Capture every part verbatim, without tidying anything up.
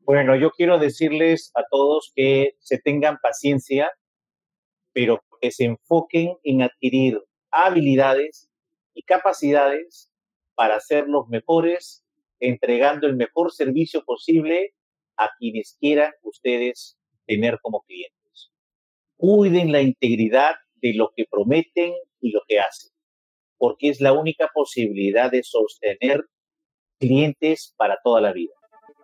Bueno, yo quiero decirles a todos que se tengan paciencia, pero que se enfoquen en adquirir habilidades y capacidades para ser los mejores, entregando el mejor servicio posible a quienes quieran ustedes tener como clientes. Cuiden la integridad de lo que prometen y lo que hacen, porque es la única posibilidad de sostener clientes para toda la vida.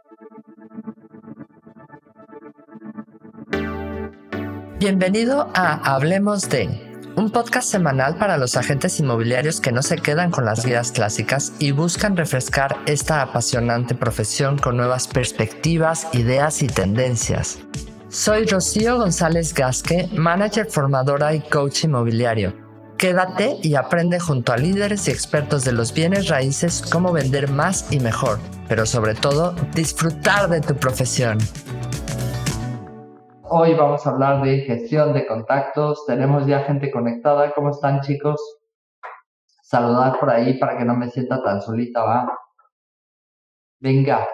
Bienvenido a Hablemos de, un podcast semanal para los agentes inmobiliarios que no se quedan con las guías clásicas y buscan refrescar esta apasionante profesión con nuevas perspectivas, ideas y tendencias. Soy Rocío González Gasque, manager, formadora y coach inmobiliario. Quédate y aprende junto a líderes y expertos de los bienes raíces cómo vender más y mejor, pero sobre todo disfrutar de tu profesión. Hoy vamos a hablar de gestión de contactos. Tenemos ya gente conectada. ¿Cómo están, chicos? Saludar por ahí para que no me sienta tan solita, ¿va? Venga.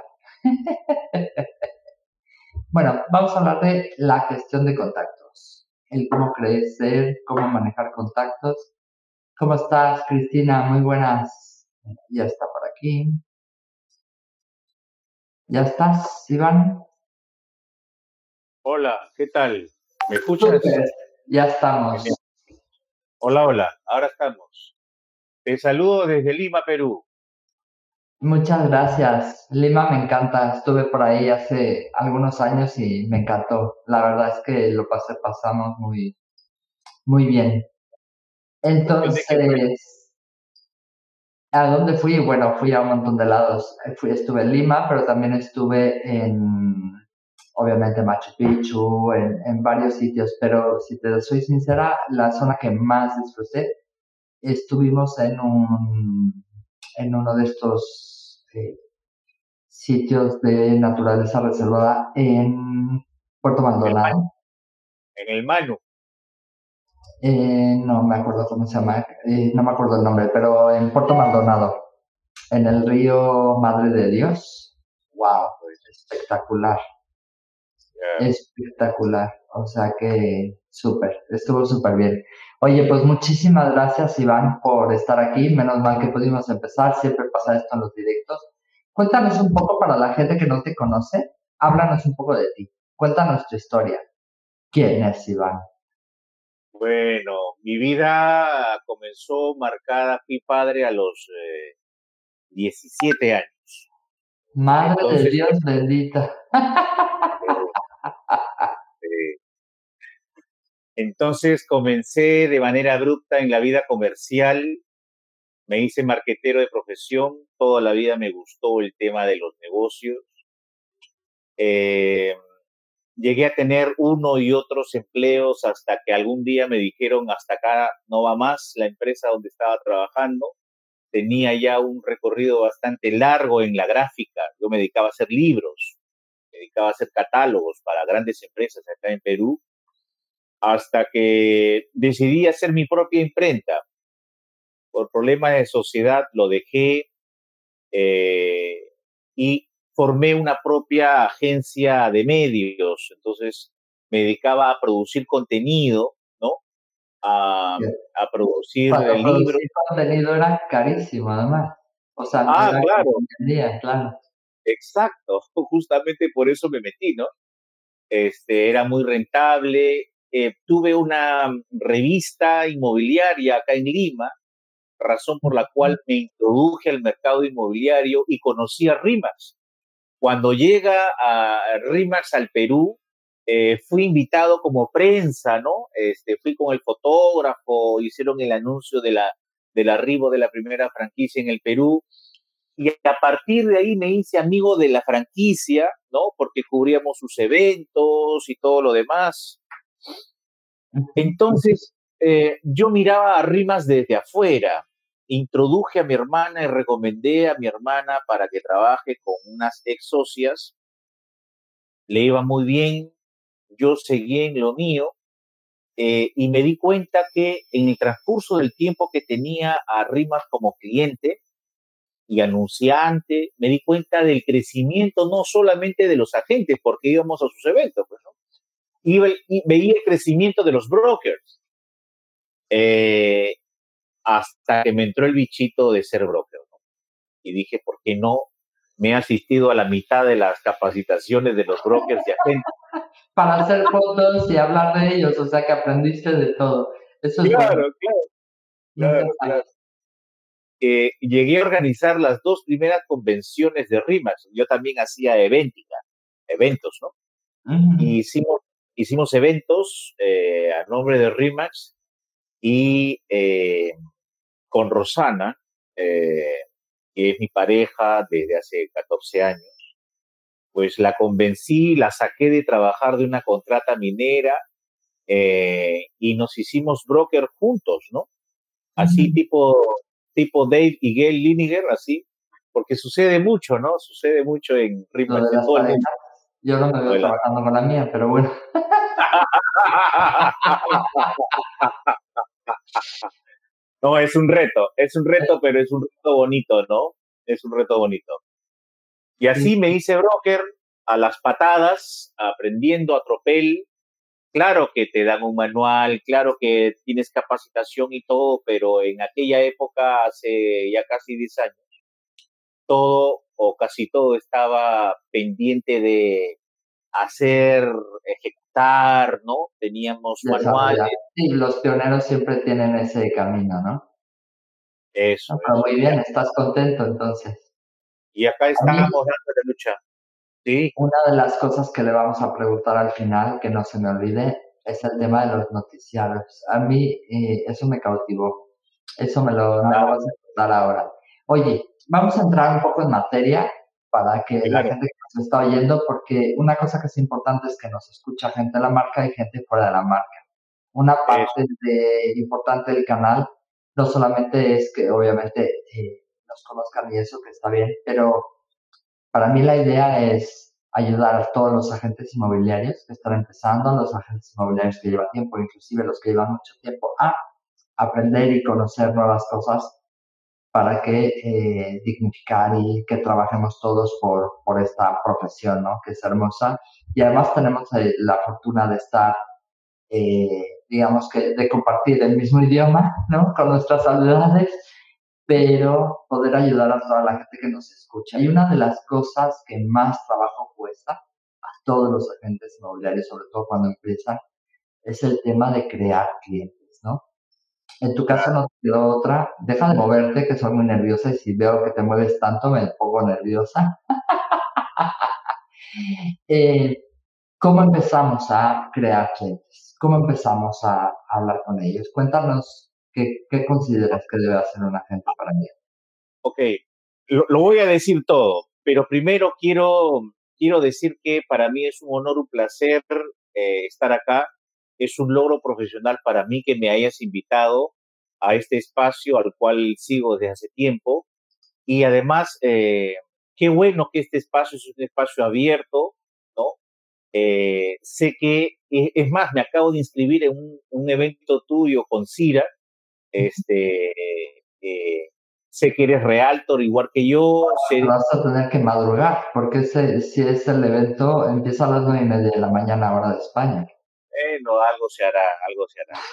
Bueno, vamos a hablar de la gestión de contactos. El cómo crecer, cómo manejar contactos. ¿Cómo estás, Cristina? Muy buenas. Ya está por aquí. ¿Ya estás, Iván? Hola, ¿qué tal? ¿Me escuchas? Súper. Ya estamos. Genial. Hola, hola, ahora estamos. Te saludo desde Lima, Perú. Muchas gracias. Lima me encanta. Estuve por ahí hace algunos años y me encantó. La verdad es que lo pasé, pasamos muy, muy bien. Entonces, ¿a dónde fui? Bueno, fui a un montón de lados. Fui, estuve en Lima, pero también estuve en, obviamente, Machu Picchu, en, en varios sitios. Pero si te soy sincera, la zona que más disfruté, estuvimos en un, en uno de estos eh, sitios de naturaleza reservada en Puerto Maldonado. En el Manu. Eh, no me acuerdo cómo se llama, eh, no me acuerdo el nombre, pero en Puerto Maldonado, en el río Madre de Dios. ¡Wow! Espectacular. Yeah. Espectacular. O sea que súper, estuvo súper bien. Oye, pues muchísimas gracias, Iván, por estar aquí. Menos mal que pudimos empezar. Siempre pasa esto en los directos. Cuéntanos un poco para la gente que no te conoce. Háblanos un poco de ti. Cuéntanos tu historia. ¿Quién es Iván? Bueno, mi vida comenzó marcada, fui padre a los eh, diecisiete años. Madre Entonces, de Dios bendita. eh, entonces comencé de manera abrupta en la vida comercial, me hice marquetero de profesión, toda la vida me gustó el tema de los negocios. Eh, Llegué a tener uno y otros empleos hasta que algún día me dijeron hasta acá no va más la empresa donde estaba trabajando. Tenía ya un recorrido bastante largo en la gráfica. Yo me dedicaba a hacer libros, me dedicaba a hacer catálogos para grandes empresas acá en Perú, hasta que decidí hacer mi propia imprenta. Por problemas de sociedad lo dejé eh, y formé una propia agencia de medios. Entonces me dedicaba a producir contenido, ¿no? A, a producir Cuando libros. producir contenido era carísimo, además. O sea, no Ah, era claro, como entendía, claro. exacto. Justamente por eso me metí, ¿no? Este, era muy rentable. Eh, tuve una revista inmobiliaria acá en Lima, razón por la cual me introduje al mercado inmobiliario y conocí a RIMAX. Cuando llega a RIMAX al Perú, eh, fui invitado como prensa, ¿no? Este, fui con el fotógrafo, hicieron el anuncio de la, del arribo de la primera franquicia en el Perú, y a partir de ahí me hice amigo de la franquicia, ¿no? Porque cubríamos sus eventos y todo lo demás. Entonces, eh, yo miraba a RIMAX desde afuera, introduje a mi hermana y recomendé a mi hermana para que trabaje con unas ex socias. Le iba muy bien, yo seguí en lo mío eh, y me di cuenta que en el transcurso del tiempo que tenía a RIMAX como cliente, y anunciante, me di cuenta del crecimiento no solamente de los agentes, porque íbamos a sus eventos, pues, ¿no? Iba, y veía el crecimiento de los brokers, eh, hasta que me entró el bichito de ser broker, ¿no? Y dije, ¿por qué no? Me he asistido a la mitad de las capacitaciones de los brokers y agentes. Para hacer fotos y hablar de ellos, o sea que aprendiste de todo. Eso es Claro, bueno. claro, claro, claro. Eh, llegué a organizar las dos primeras convenciones de RIMAX. Yo también hacía eventica, eventos, ¿no? Uh-huh. Y hicimos, hicimos eventos eh, a nombre de RIMAX y eh, con Rosana, eh, que es mi pareja desde hace catorce años, pues la convencí, la saqué de trabajar de una contrata minera eh, y nos hicimos broker juntos, ¿no? Así Uh-huh. tipo, tipo Dave y Gail Liniger, así, porque sucede mucho, ¿no? Sucede mucho en Lo RIMAX, de en las todo el mundo. parejas, yo no me veo trabajando con la mía, pero bueno. No, es un reto, es un reto, pero es un reto bonito, ¿no? Es un reto bonito. Y Sí, así me hice broker a las patadas, aprendiendo a tropel. Claro que te dan un manual, claro que tienes capacitación y todo, pero en aquella época, hace ya casi diez años, todo o casi todo estaba pendiente de hacer, ejecutar, ¿no? Teníamos desarrollar. manuales, Sí, los pioneros siempre tienen ese camino, ¿no? eso, No, pero eso. muy Y, bien, estás contento entonces. y acá A mí, estamos dando la lucha. Sí, una de las cosas que le vamos a preguntar al final, que no se me olvide, es el tema de los noticiarios. A mí eh, eso me cautivó. Eso me lo, me lo claro, vas a contar ahora. Oye, vamos a entrar un poco en materia para que la claro, gente que nos está oyendo, porque una cosa que es importante es que nos escucha gente de la marca y gente fuera de la marca. Una eso. parte de, importante del canal no solamente es que obviamente eh, nos conozcan y eso, que está bien, pero para mí la idea es ayudar a todos los agentes inmobiliarios que están empezando, los agentes inmobiliarios que llevan tiempo, inclusive los que llevan mucho tiempo, a aprender y conocer nuevas cosas para que eh, dignificar y que trabajemos todos por, por esta profesión, ¿no? Que es hermosa. Y además tenemos eh, la fortuna de estar, eh, digamos que, de compartir el mismo idioma, ¿no? Con nuestras habilidades, pero poder ayudar a toda la gente que nos escucha. Y una de las cosas que más trabajo cuesta a todos los agentes inmobiliarios, sobre todo cuando empiezan, es el tema de crear clientes, ¿no? En tu caso no te quedó otra. Deja de moverte, que soy muy nerviosa y si veo que te mueves tanto me pongo nerviosa. Eh, ¿Cómo empezamos a crear clientes? ¿Cómo empezamos a, a hablar con ellos? Cuéntanos qué, qué consideras que debe hacer un agente para ello. Ok, lo, lo voy a decir todo, pero primero quiero, quiero decir que para mí es un honor, un placer eh, estar acá. Es un logro profesional para mí que me hayas invitado a este espacio al cual sigo desde hace tiempo. Y además, eh, qué bueno que este espacio es un espacio abierto, ¿no? Eh, sé que, es, es más, me acabo de inscribir en un, un evento tuyo con Cira, este, eh, sé que eres realtor igual que yo, sé, Vas a tener que madrugar, porque ese, si es el evento, empieza a las nueve y media de la mañana, hora de España. bueno, algo se hará, algo se hará.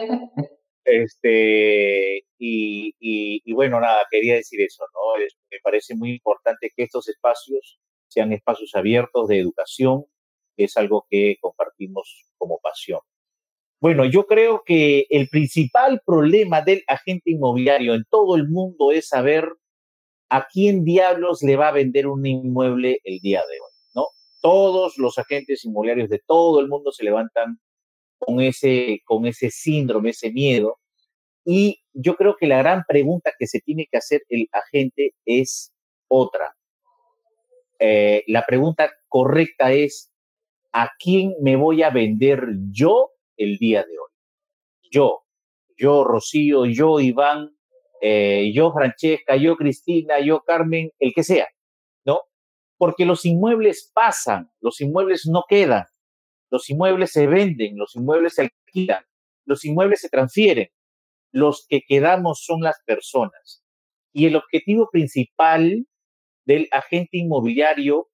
Este, y, y, y bueno, nada, quería decir eso, ¿no? Es, me parece muy importante que estos espacios sean espacios abiertos de educación, que es algo que compartimos como pasión. Bueno, yo creo que el principal problema del agente inmobiliario en todo el mundo es saber a quién diablos le va a vender un inmueble el día de hoy, ¿no? Todos los agentes inmobiliarios de todo el mundo se levantan con ese, con ese síndrome, ese miedo. Y yo creo que la gran pregunta que se tiene que hacer el agente es otra. Eh, la pregunta correcta es, ¿a quién me voy a vender yo el día de hoy? Yo, yo Rocío, yo Iván, eh, yo Francesca, yo Cristina, yo Carmen, el que sea, ¿no? Porque los inmuebles pasan, los inmuebles no quedan, los inmuebles se venden, los inmuebles se alquilan, los inmuebles se transfieren, los que quedamos son las personas. Y el objetivo principal del agente inmobiliario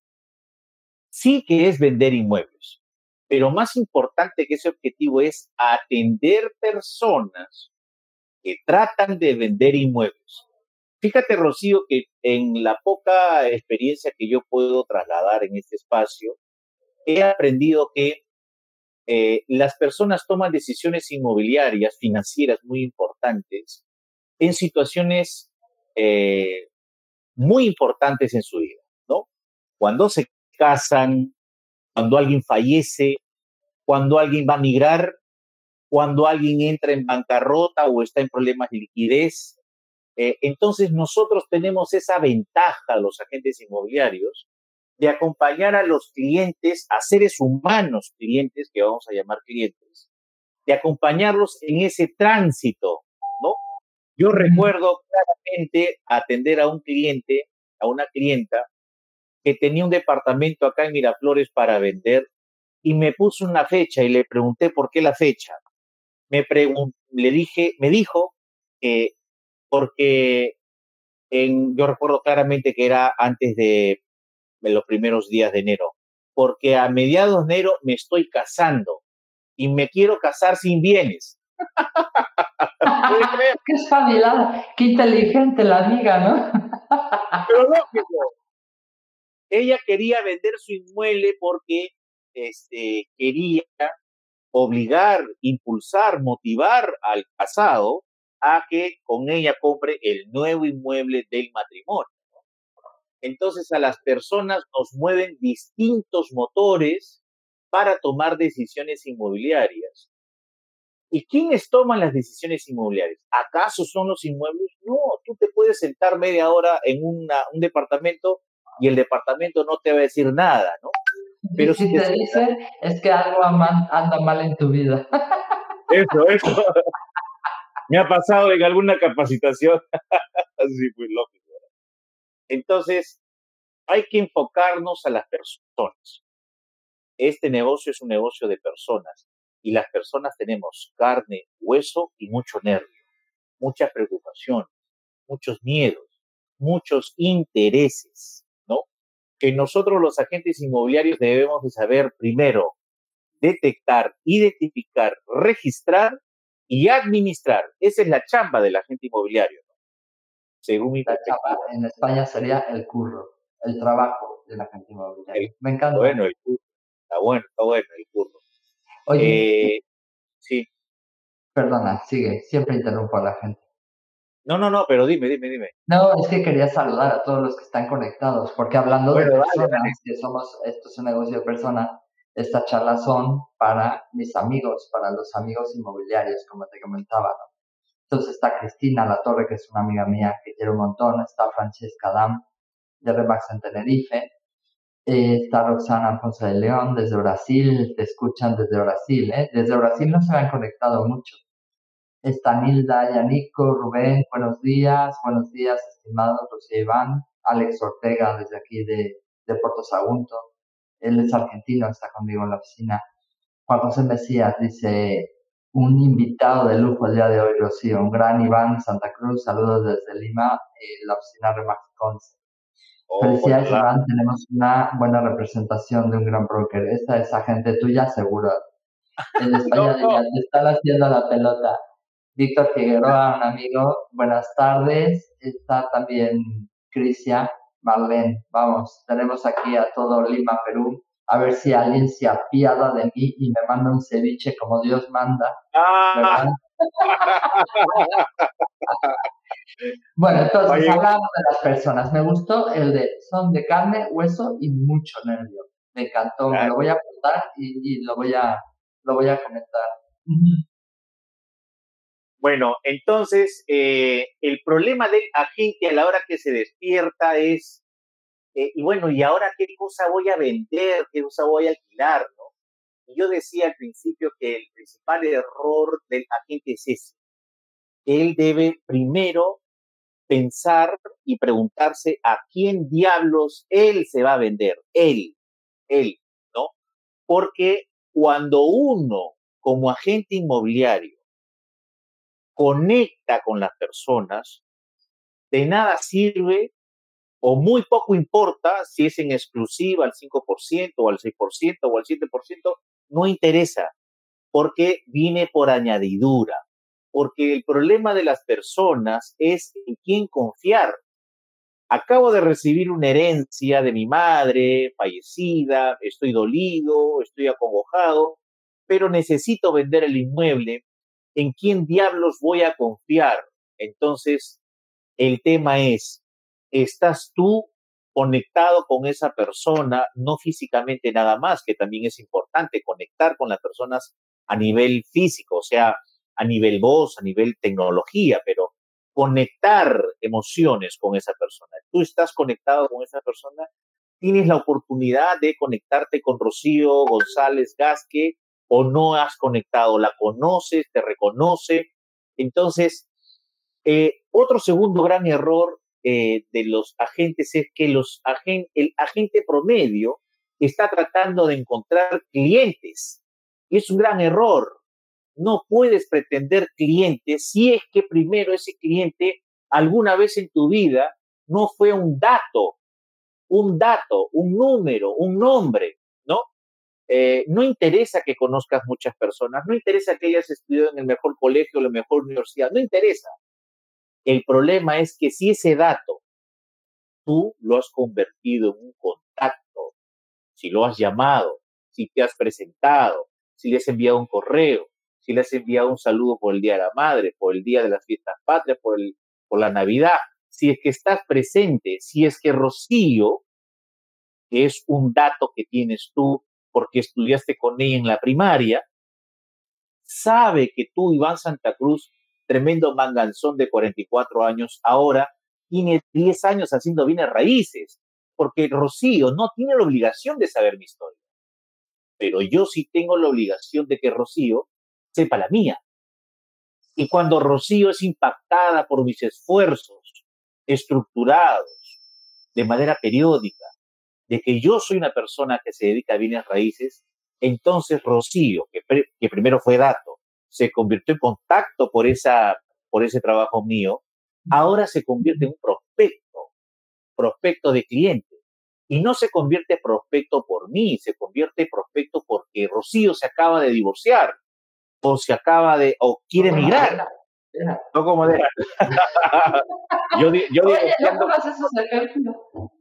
sí que es vender inmuebles, pero más importante que ese objetivo es atender personas que tratan de vender inmuebles. Fíjate, Rocío, que en la poca experiencia que yo puedo trasladar en este espacio, he aprendido que eh, las personas toman decisiones inmobiliarias, financieras muy importantes en situaciones eh, muy importantes en su vida, ¿no? Cuando se casan, cuando alguien fallece, cuando alguien va a migrar, cuando alguien entra en bancarrota o está en problemas de liquidez. Eh, entonces nosotros tenemos esa ventaja, los agentes inmobiliarios, de acompañar a los clientes, a seres humanos clientes, que vamos a llamar clientes, de acompañarlos en ese tránsito, ¿no? Yo recuerdo claramente atender a un cliente, a una clienta, que tenía un departamento acá en Miraflores para vender y me puso una fecha y le pregunté por qué la fecha. Me pregun le dije, me dijo que porque en, yo recuerdo claramente que era antes de, de los primeros días de enero, porque a mediados de enero me estoy casando y me quiero casar sin bienes. ¿Puede creer? Qué espabilada, qué inteligente la amiga, ¿no? Pero lógico, ella quería vender su inmueble porque este, quería obligar, impulsar, motivar al casado a que con ella compre el nuevo inmueble del matrimonio. Entonces a las personas nos mueven distintos motores para tomar decisiones inmobiliarias. ¿Y quiénes toman las decisiones inmobiliarias? ¿Acaso son los inmuebles? No, tú te puedes sentar media hora en una, un departamento y el departamento no te va a decir nada, ¿no? Y Pero si si te te sientas, dice, es que algo anda mal en tu vida. eso, eso, me ha pasado en alguna capacitación, así fue lógico. Entonces, hay que enfocarnos a las personas. Este negocio es un negocio de personas y las personas tenemos carne, hueso y mucho nervio, mucha preocupación, muchos miedos, muchos intereses, ¿no? Que nosotros los agentes inmobiliarios debemos de saber primero detectar, identificar, registrar y administrar. Esa es la chamba del agente inmobiliario, ¿no? Según mi La chapa perspectiva. en España sería el curro, el trabajo de la gente El, inmobiliaria. Me encanta. bueno, el curro, está bueno, está bueno el curro. Oye, Eh, sí. perdona, sigue, siempre interrumpo a la gente. No, no, no, pero dime, dime, dime. No, es que quería saludar a todos los que están conectados, porque hablando de Bueno, dale, dale. personas, que somos, esto es un negocio de personas, estas charlas son para mis amigos, para los amigos inmobiliarios, como te comentaba, ¿no? Entonces está Cristina La Torre, que es una amiga mía que quiero un montón, está Francesca Dam, de Remax en Tenerife, eh, está Roxana Ponce de León desde Brasil, te escuchan desde Brasil, ¿eh? Desde Brasil no se han conectado mucho. Está Nilda, Yanico, Rubén, buenos días, buenos días, estimados José Iván, Alex Ortega desde aquí de, de Puerto Sagunto, él es argentino, está conmigo en la oficina. Juan José Mesías dice, un invitado de lujo el día de hoy, Rocío, un gran Iván Santa Cruz, saludos desde Lima, eh, la oficina Remax Conce. Felicidades, Hola. Iván, tenemos una buena representación de un gran broker. Esta es agente tuya, seguro. En No, España no. diría, te están haciendo la pelota. Víctor Figueroa, un amigo, buenas tardes. Está también Cristian, Marlene. Vamos, tenemos aquí a todo Lima, Perú. A ver si alguien se apiada de mí y me manda un ceviche como Dios manda, Ah, ¿verdad? Bueno, entonces oye, hablamos de las personas. Me gustó el de son de carne, hueso y mucho nervio. Me encantó, me lo claro. voy a apuntar y, y lo voy a lo voy a comentar. Bueno, entonces, eh, el problema del agente a la hora que se despierta es, eh, y bueno, ¿y ahora qué cosa voy a vender? ¿Qué cosa voy a alquilar? ¿No? Y yo decía al principio que el principal error del agente es ese. Él debe primero pensar y preguntarse a quién diablos él se va a vender. Él, él, ¿no? Porque cuando uno, como agente inmobiliario, conecta con las personas, de nada sirve o muy poco importa si es en exclusiva al cinco por ciento o al seis por ciento o al siete por ciento, no interesa, porque viene por añadidura, porque el problema de las personas es en quién confiar. Acabo de recibir una herencia de mi madre fallecida, estoy dolido, estoy acongojado, pero necesito vender el inmueble. ¿En quién diablos voy a confiar? Entonces, el tema es, ¿estás tú conectado con esa persona, no físicamente nada más, que también es importante conectar con las personas a nivel físico, o sea, a nivel voz, a nivel tecnología, pero conectar emociones con esa persona? ¿Tú estás conectado con esa persona? ¿Tienes la oportunidad de conectarte con Rocío González Gasque o no has conectado? ¿La conoces? ¿Te reconoce? Entonces, eh, otro segundo gran error eh, de los agentes es que los agen el agente promedio está tratando de encontrar clientes. Y es un gran error. No puedes pretender clientes si es que primero ese cliente alguna vez en tu vida no fue un dato, un dato, un número, un nombre, ¿no? Eh, no interesa que conozcas muchas personas, no interesa que hayas estudiado en el mejor colegio o la mejor universidad, no interesa. El problema es que si ese dato tú lo has convertido en un contacto, si lo has llamado, si te has presentado, si le has enviado un correo, si le has enviado un saludo por el Día de la Madre, por el Día de las Fiestas Patrias, por, el, por la Navidad, si es que estás presente, si es que Rocío, que es un dato que tienes tú porque estudiaste con ella en la primaria, sabe que tú, Iván Santa Cruz, tremendo manganzón de cuarenta y cuatro años, ahora tiene diez años haciendo bienes raíces, porque Rocío no tiene la obligación de saber mi historia, pero yo sí tengo la obligación de que Rocío sepa la mía. Y cuando Rocío es impactada por mis esfuerzos estructurados de manera periódica, de que yo soy una persona que se dedica a bienes raíces, entonces Rocío, que, pre, que primero fue dato, se convirtió en contacto por, esa, por ese trabajo mío, ahora se convierte en un prospecto, prospecto de cliente. Y no se convierte prospecto por mí, se convierte prospecto porque Rocío se acaba de divorciar, o se acaba de, o quiere emigrar. No como de... yo, yo Oye, no divorciando... pongas esos ejemplos.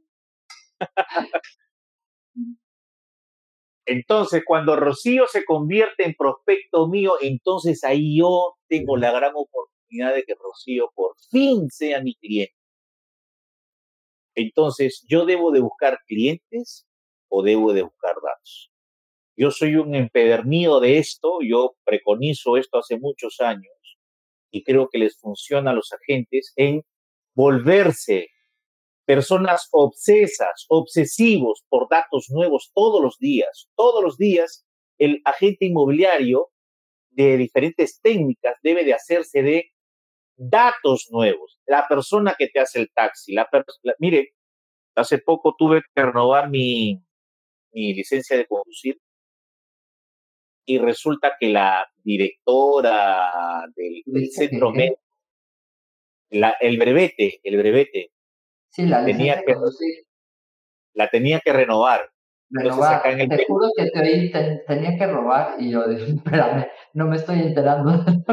Entonces, cuando Rocío se convierte en prospecto mío, entonces ahí yo tengo la gran oportunidad de que Rocío por fin sea mi cliente. Entonces, ¿yo debo de buscar clientes o debo de buscar datos? Yo soy un empedernido de esto, yo preconizo esto hace muchos años y creo que les funciona a los agentes en volverse personas obsesas, obsesivos por datos nuevos todos los días. Todos los días el agente inmobiliario de diferentes técnicas debe de hacerse de datos nuevos. La persona que te hace el taxi, la, la mire, hace poco tuve que renovar mi, mi licencia de conducir y resulta que la directora del, del centro médico, la, el brevete, el brevete, sí, la tenía licencia de que, conducir. la tenía que renovar. Entonces Renovar. acá en el Te Perú, juro que te oí, te, tenía que robar y yo dije, espérame, no me estoy enterando.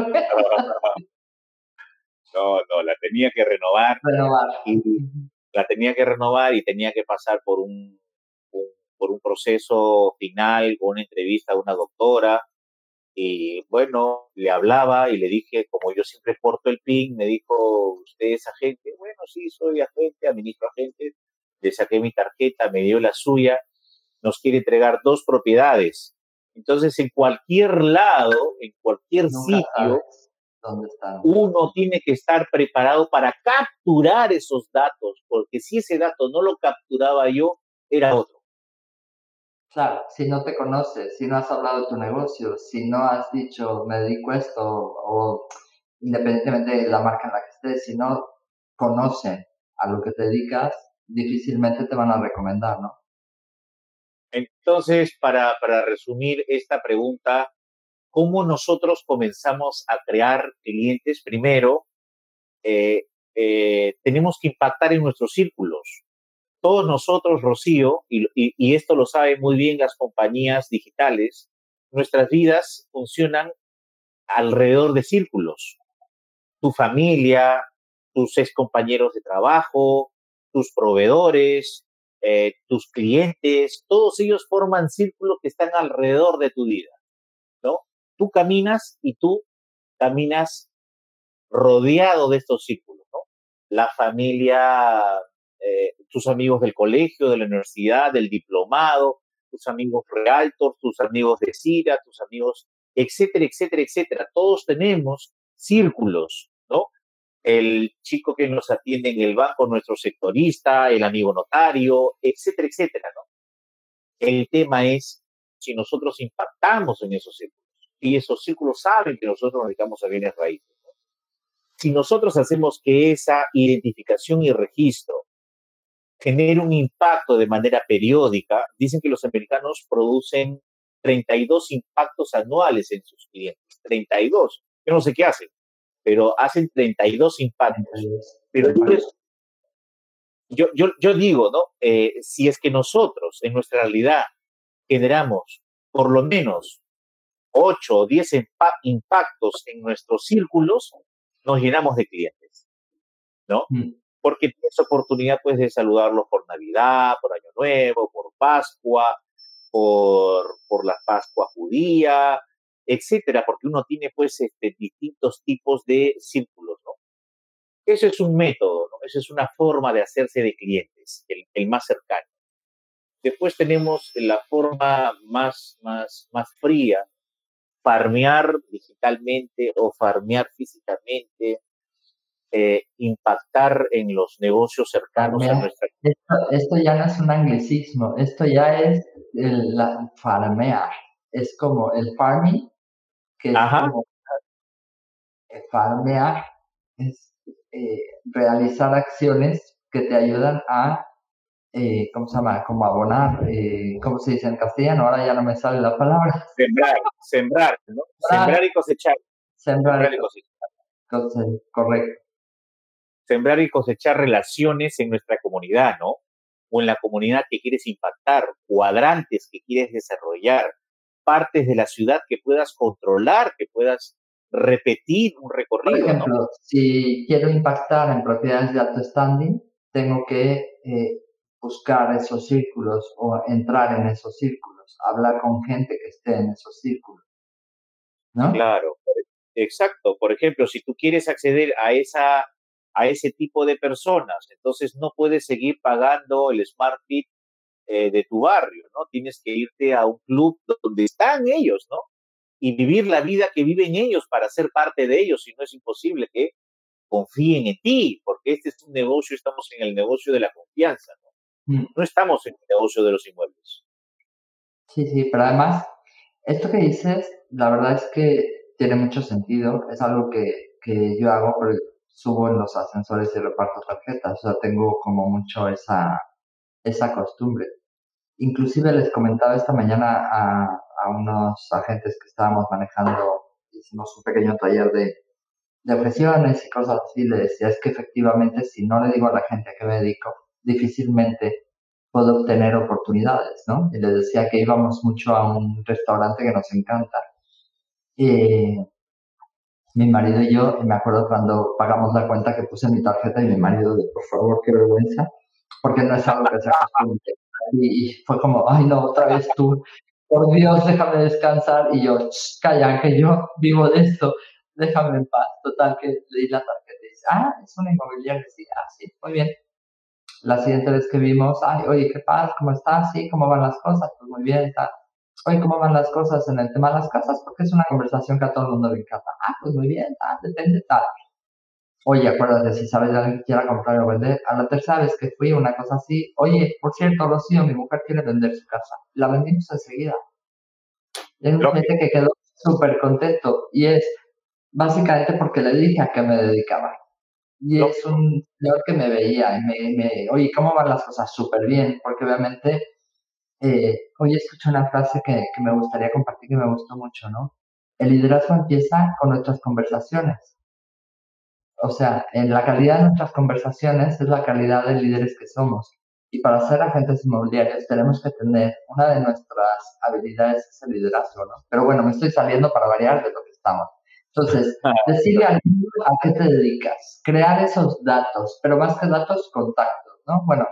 no, no, la tenía que renovar Renovar. y la tenía que renovar y tenía que pasar por un, un por un proceso final, con una entrevista a una doctora. Y bueno, le hablaba y le dije, como yo siempre porto el P I N, me dijo, ¿usted es agente? Bueno, sí, soy agente, administro agentes. Le saqué mi tarjeta, me dio la suya, nos quiere entregar dos propiedades. Entonces, en cualquier lado, en cualquier Nunca sitio, sabes dónde están. uno tiene que estar preparado para capturar esos datos, porque si ese dato no lo capturaba yo, era otro. Claro, si no te conoces, si no has hablado de tu negocio, si no has dicho, me dedico a esto, o independientemente de la marca en la que estés, si no conocen a lo que te dedicas, difícilmente te van a recomendar, ¿no? Entonces, para, para resumir esta pregunta, ¿cómo nosotros comenzamos a crear clientes? Primero, eh, eh, tenemos que impactar en nuestros círculos. Todos nosotros, Rocío, y, y, y esto lo saben muy bien las compañías digitales, nuestras vidas funcionan alrededor de círculos. Tu familia, tus ex compañeros de trabajo, tus proveedores, eh, tus clientes, todos ellos forman círculos que están alrededor de tu vida, ¿no? Tú caminas y tú caminas rodeado de estos círculos, ¿no? La familia, eh, tus amigos del colegio, de la universidad, del diplomado, tus amigos realtos, tus amigos de CIRA, tus amigos, etcétera, etcétera, etcétera. Todos tenemos círculos, ¿no? El chico que nos atiende en el banco, nuestro sectorista, el amigo notario, etcétera, etcétera, ¿no? El tema es si nosotros impactamos en esos círculos y esos círculos saben que nosotros nos dedicamos a bienes raíces. Si nosotros hacemos que esa identificación y registro genere un impacto de manera periódica, dicen que los americanos producen treinta y dos impactos anuales en sus clientes. treinta y dos. Yo no sé qué hacen, pero hacen treinta y dos impactos. Pero yo, yo, yo digo, ¿no? Eh, si es que nosotros en nuestra realidad generamos por lo menos ocho o diez impactos en nuestros círculos, nos llenamos de clientes, ¿no? Mm. Porque tienes oportunidad, pues, de saludarlos por Navidad, por Año Nuevo, por Pascua, por, por la Pascua judía, etcétera, porque uno tiene, pues, este, distintos tipos de círculos, ¿no? Eso es un método, ¿no? Eso es una forma de hacerse de clientes, el, el más cercano. Después tenemos la forma más, más, más fría, farmear digitalmente o farmear físicamente, eh, impactar en los negocios cercanos farmear. a nuestra... Esto, esto ya no es un anglicismo, esto ya es el, la, farmear. Es como el farming, que es Ajá. como eh, farmear, es eh, realizar acciones que te ayudan a, eh, ¿cómo se llama? Como abonar, eh, ¿cómo se dice en castellano? Ahora ya no me sale la palabra. Sembrar, sembrar, ¿no? Sembrar y cosechar. Sembrar, sembrar y cosechar. cosechar. Correcto. Sembrar y cosechar relaciones en nuestra comunidad, ¿no? O en la comunidad que quieres impactar, cuadrantes que quieres desarrollar, partes de la ciudad que puedas controlar, que puedas repetir un recorrido, Por ejemplo, ¿no? Si quiero impactar en propiedades de alto standing, tengo que eh, buscar esos círculos o entrar en esos círculos, hablar con gente que esté en esos círculos, ¿no? Claro, exacto. Por ejemplo, si tú quieres acceder a esa a ese tipo de personas, entonces no puedes seguir pagando el Smart Fit eh, de tu barrio, ¿no? Tienes que irte a un club donde están ellos, ¿no? Y vivir la vida que viven ellos para ser parte de ellos, si no es imposible que confíen en ti, porque este es un negocio, estamos en el negocio de la confianza, ¿no? Mm. No estamos en el negocio de los inmuebles. Sí, sí, pero además, esto que dices, la verdad es que tiene mucho sentido, es algo que, que yo hago, pero subo en los ascensores y reparto tarjetas, o sea, tengo como mucho esa, esa costumbre. Inclusive les comentaba esta mañana a, a unos agentes que estábamos manejando, hicimos un pequeño taller de, de objeciones y cosas así, le decía, es que efectivamente si no le digo a la gente a qué me dedico, difícilmente puedo obtener oportunidades, ¿no? Y les decía que íbamos mucho a un restaurante que nos encanta. Y mi marido y yo, me acuerdo cuando pagamos la cuenta que puse en mi tarjeta y mi marido, de por favor, qué vergüenza, porque no es algo que se acostumbre. Y, y fue como, ay no, otra vez tú, por Dios, déjame descansar. Y yo, calla, que yo vivo de esto, déjame en paz. Total, que leí la tarjeta y dice, ah, es una inmobiliaria. Sí, ah, sí, muy bien. La siguiente vez que vimos, ay, oye, ¿qué pasa? ¿Cómo estás? Sí, ¿cómo van las cosas? Pues muy bien, está. Oye, ¿cómo van las cosas en el tema de las casas? Porque es una conversación que a todo el mundo le encanta. Ah, pues muy bien, tal, depende, tal. Oye, acuérdate, si sabes de alguien que quiera comprar o vender, a la tercera vez que fui, una cosa así, oye, por cierto, Rocío, mi mujer quiere vender su casa. La vendimos enseguida. Y hay un cliente que quedó súper contento y es básicamente porque le dije a qué me dedicaba. Y es un señor que me veía y me, me oye, ¿cómo van las cosas? Súper bien, porque obviamente, eh, hoy escuché una frase que, que me gustaría compartir, que me gustó mucho, ¿no? El liderazgo empieza con nuestras conversaciones. o sea, en la calidad de nuestras conversaciones es la calidad de líderes que somos. Y para ser agentes inmobiliarios tenemos que tener una de nuestras habilidades es el liderazgo, ¿no? Pero bueno, me estoy saliendo para variar de lo que estamos. Entonces, decirle al líder a qué te dedicas, crear esos datos, pero más que datos, contactos, ¿no? Bueno.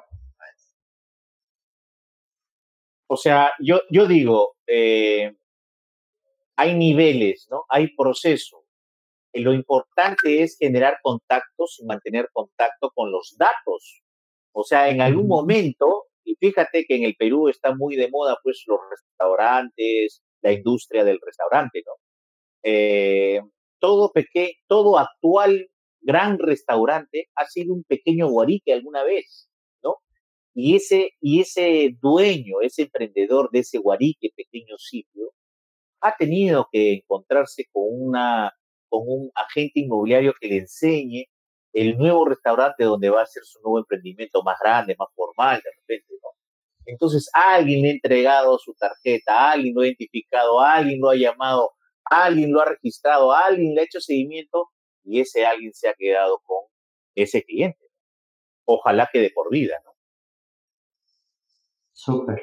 O sea, yo, yo digo, eh, hay niveles, ¿no? Hay procesos. Eh, Lo importante es generar contactos y mantener contacto con los datos. O sea, en algún Ujú. momento, y fíjate que en el Perú está muy de moda, pues, los restaurantes, la industria del restaurante, ¿no? Eh, todo pequeño, todo actual gran restaurante ha sido un pequeño guarique alguna vez, ¿no? Y ese, y ese dueño, ese emprendedor de ese guarique, pequeño sitio, ha tenido que encontrarse con, una, con un agente inmobiliario que le enseñe el nuevo restaurante donde va a ser su nuevo emprendimiento más grande, más formal, de repente, ¿no? Entonces, alguien le ha entregado su tarjeta, alguien lo ha identificado, alguien lo ha llamado, alguien lo ha registrado, alguien le ha hecho seguimiento y ese alguien se ha quedado con ese cliente. Ojalá que de por vida, ¿no? Súper.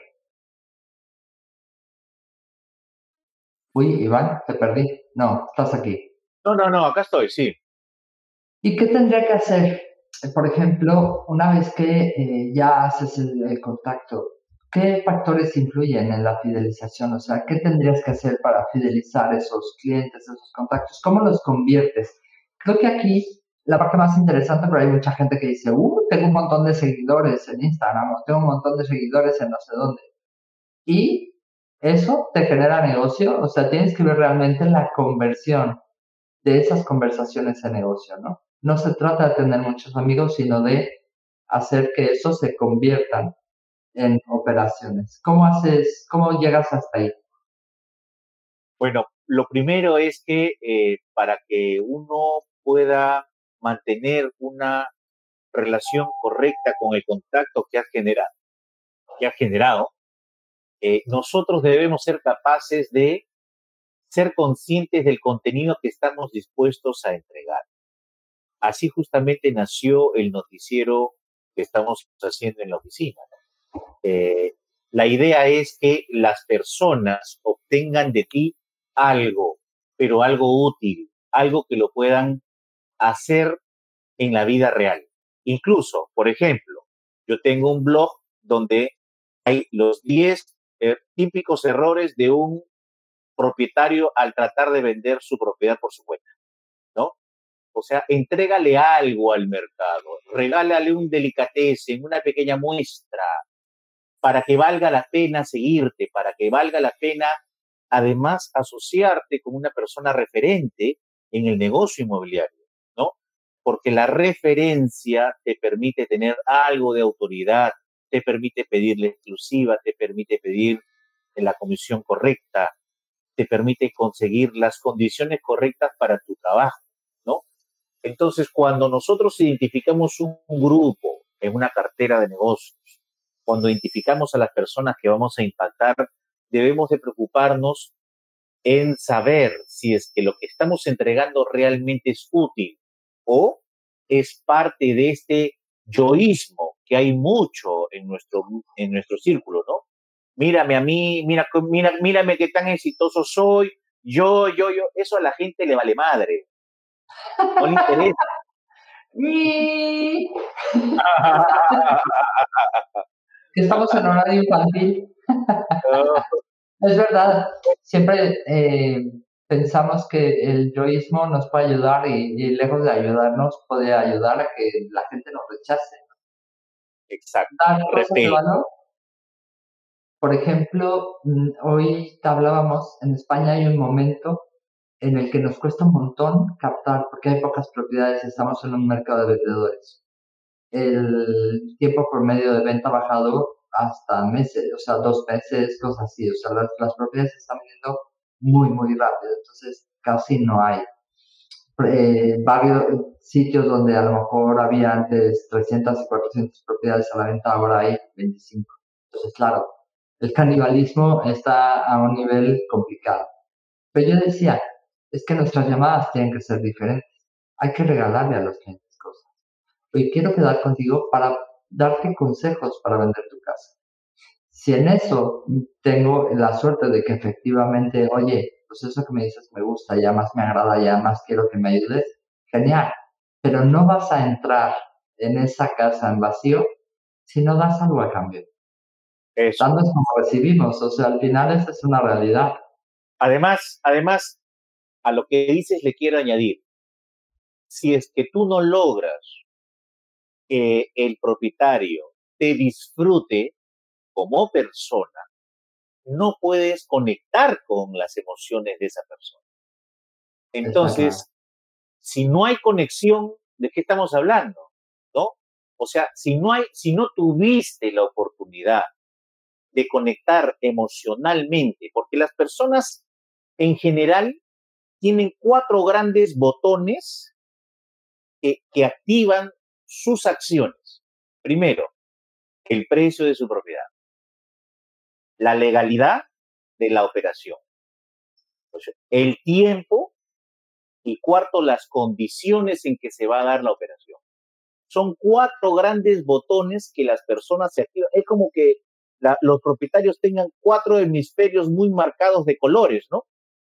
Uy, Iván, te perdí. No, estás aquí. No, no, no, acá estoy, sí. ¿Y qué tendría que hacer? Eh, Por ejemplo, una vez que eh, ya haces el, el contacto, ¿qué factores influyen en la fidelización? O sea, ¿qué tendrías que hacer para fidelizar esos clientes, esos contactos? ¿Cómo los conviertes? Creo que aquí la parte más interesante, pero hay mucha gente que dice, uh, tengo un montón de seguidores en Instagram, o tengo un montón de seguidores en no sé dónde. Y eso te genera negocio, o sea, tienes que ver realmente la conversión de esas conversaciones de negocio, ¿no? No se trata de tener muchos amigos, sino de hacer que eso se conviertan en operaciones. ¿Cómo haces, cómo llegas hasta ahí? Bueno, lo primero es que eh, para que uno pueda mantener una relación correcta con el contacto que ha generado, que ha generado eh, nosotros debemos ser capaces de ser conscientes del contenido que estamos dispuestos a entregar. Así justamente nació el noticiero que estamos haciendo en la oficina. Eh, la idea es que las personas obtengan de ti algo, pero algo útil, algo que lo puedan hacer en la vida real. Incluso, por ejemplo, yo tengo un blog donde hay los diez eh, típicos errores de un propietario al tratar de vender su propiedad por su cuenta, ¿no? O sea, entrégale algo al mercado, regálale un delicatessen, una pequeña muestra, para que valga la pena seguirte, para que valga la pena además asociarte con una persona referente en el negocio inmobiliario, ¿no? Porque la referencia te permite tener algo de autoridad, te permite pedir la exclusiva, te permite pedir la comisión correcta, te permite conseguir las condiciones correctas para tu trabajo, ¿no? Entonces, cuando nosotros identificamos un grupo en una cartera de negocios, cuando identificamos a las personas que vamos a impactar, debemos de preocuparnos en saber si es que lo que estamos entregando realmente es útil o es parte de este yoísmo que hay mucho en nuestro, en nuestro círculo, ¿no? Mírame a mí, mira, mira, mírame qué tan exitoso soy, yo, yo, yo, eso a la gente le vale madre, no le interesa. Y que estamos en horario infantil. Es verdad, siempre eh, pensamos que el yoísmo nos puede ayudar y, y lejos de ayudarnos puede ayudar a que la gente nos rechace. Exacto, Dar cosas de repel. valor. Por ejemplo, mm, hoy hablábamos, en España hay un momento en el que nos cuesta un montón captar, porque hay pocas propiedades, estamos en un mercado de vendedores. El tiempo promedio de venta ha bajado hasta meses, o sea, dos meses, cosas así. O sea, las, las propiedades se están vendiendo muy, muy rápido, entonces casi no hay. Eh, varios sitios donde a lo mejor había antes trescientas y cuatrocientas propiedades a la venta, ahora hay veinticinco. Entonces, claro, el canibalismo está a un nivel complicado. Pero yo decía, es que nuestras llamadas tienen que ser diferentes. hay que regalarle a los clientes cosas. Hoy quiero quedar contigo para darte consejos para vender tu casa. Si en eso tengo la suerte de que efectivamente, oye, pues eso que me dices me gusta, ya más me agrada, ya más quiero que me ayudes, genial. Pero no vas a entrar en esa casa en vacío si no das algo a cambio. Eso. Dando es como recibimos, o sea, al final esa es una realidad. Además, además, a lo que dices le quiero añadir, si es que tú no logras que el propietario te disfrute como persona, no puedes conectar con las emociones de esa persona. Está claro. Entonces, si no hay conexión, ¿de qué estamos hablando? ¿No? O sea, si no hay, si no tuviste la oportunidad de conectar emocionalmente, porque las personas en general tienen cuatro grandes botones que, que activan sus acciones. Primero, el precio de su propiedad, la legalidad de la operación, el tiempo y cuarto, las condiciones en que se va a dar la operación. Son cuatro grandes botones que las personas se activan. Es como que la, los propietarios tengan cuatro hemisferios muy marcados de colores, ¿no?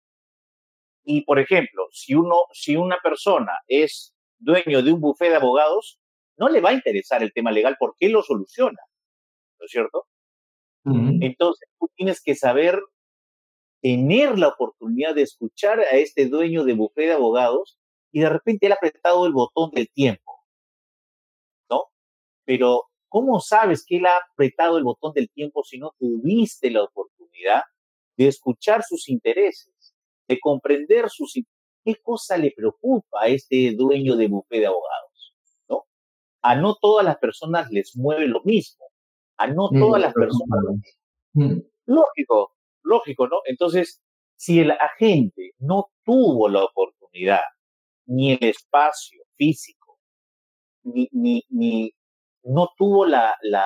Y, por ejemplo, si, uno, si una persona es dueño de un bufete de abogados, no le va a interesar el tema legal porque él lo soluciona, ¿no es cierto? Uh-huh. Entonces, tú tienes que saber tener la oportunidad de escuchar a este dueño de bufete de abogados y de repente él ha apretado el botón del tiempo, ¿no? Pero, ¿cómo sabes que él ha apretado el botón del tiempo si no tuviste la oportunidad de escuchar sus intereses, de comprender sus qué cosa le preocupa a este dueño de bufete de abogados, ¿no? A no todas las personas les mueve lo mismo, a no Ni todas les las preocupa. personas. Mm. Lógico, lógico, ¿no? Entonces, si el agente no tuvo la oportunidad, ni el espacio físico, ni, ni, ni no tuvo la, la,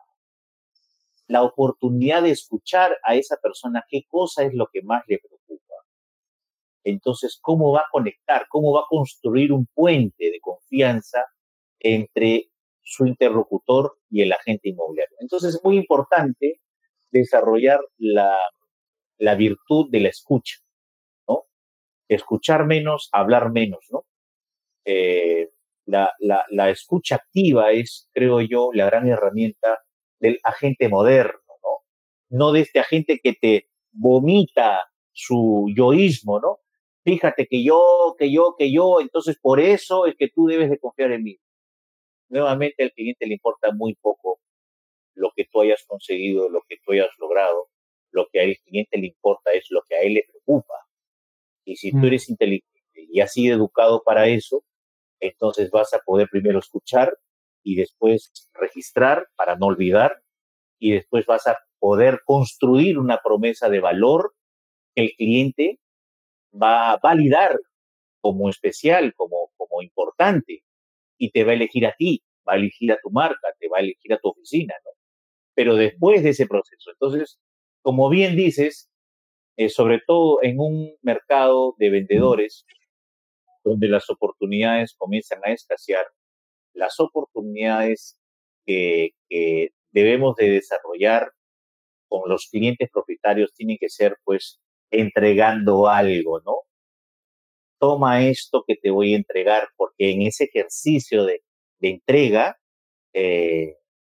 la oportunidad de escuchar a esa persona qué cosa es lo que más le preocupa, entonces, ¿cómo va a conectar? ¿Cómo va a construir un puente de confianza entre su interlocutor y el agente inmobiliario? Entonces, es muy importante desarrollar la, la virtud de la escucha, ¿no? Escuchar menos, hablar menos, ¿no? Eh, la, la, la escucha activa es, creo yo, la gran herramienta del agente moderno, ¿no? No de este agente que te vomita su yoísmo, ¿no? Fíjate que yo, que yo, que yo, entonces por eso es que tú debes de confiar en mí. Nuevamente al cliente le importa muy poco lo que tú hayas conseguido, lo que tú hayas logrado. Lo que al cliente le importa es lo que a él le preocupa. Y si tú eres inteligente y has sido educado para eso, entonces vas a poder primero escuchar y después registrar para no olvidar y después vas a poder construir una promesa de valor que el cliente va a validar como especial, como, como importante y te va a elegir a ti, va a elegir a tu marca, te va a elegir a tu oficina, ¿no? Pero después de ese proceso. Entonces, como bien dices, eh, sobre todo en un mercado de vendedores donde las oportunidades comienzan a escasear, las oportunidades que, que debemos de desarrollar con los clientes propietarios tienen que ser, pues, entregando algo, ¿no? Toma esto que te voy a entregar, porque en ese ejercicio de, de entrega eh,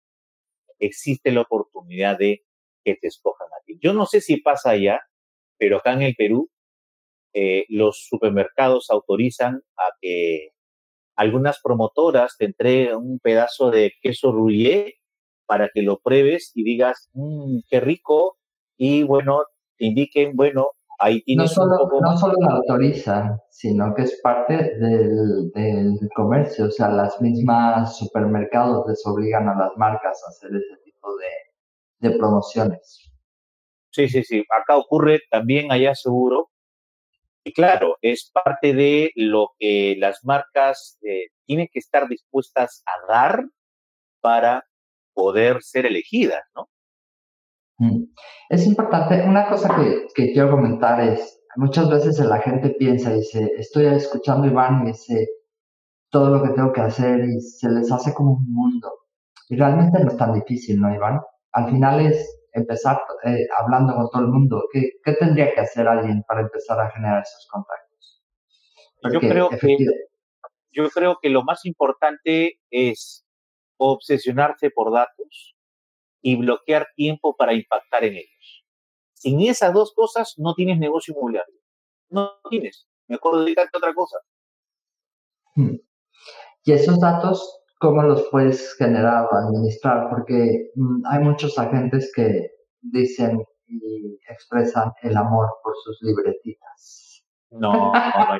existe la oportunidad de que te escojan a ti. Yo no sé si pasa allá, pero acá en el Perú eh, los supermercados autorizan a que algunas promotoras te entreguen un pedazo de queso Gruyère para que lo pruebes y digas, mmm, qué rico, y bueno, te indiquen, bueno, ahí No tienes un solo, poco no más. solo la autorizan, sino que es parte del, del comercio. O sea, las mismas supermercados les obligan a las marcas a hacer ese tipo de, de promociones. Sí, sí, sí, acá ocurre también allá seguro. Y claro, es parte de lo que las marcas eh, tienen que estar dispuestas a dar para poder ser elegidas, ¿no? Mm. Es importante, una cosa que, que quiero comentar es, muchas veces la gente piensa y dice, estoy escuchando a Iván y dice, todo lo que tengo que hacer y se les hace como un mundo. Y realmente no es tan difícil, ¿no, Iván? Al final es empezar eh, hablando con todo el mundo. ¿Qué, ¿Qué tendría que hacer alguien para empezar a generar esos contactos? Yo Porque creo que, efectivamente, yo creo que lo más importante es obsesionarse por datos y bloquear tiempo para impactar en ellos. Sin esas dos cosas no tienes negocio inmobiliario. No tienes. Mejor dedícate a otra cosa. y esos datos, ¿cómo los puedes generar o administrar? Porque mm, hay muchos agentes que dicen y expresan el amor por sus libretitas. No, no hay.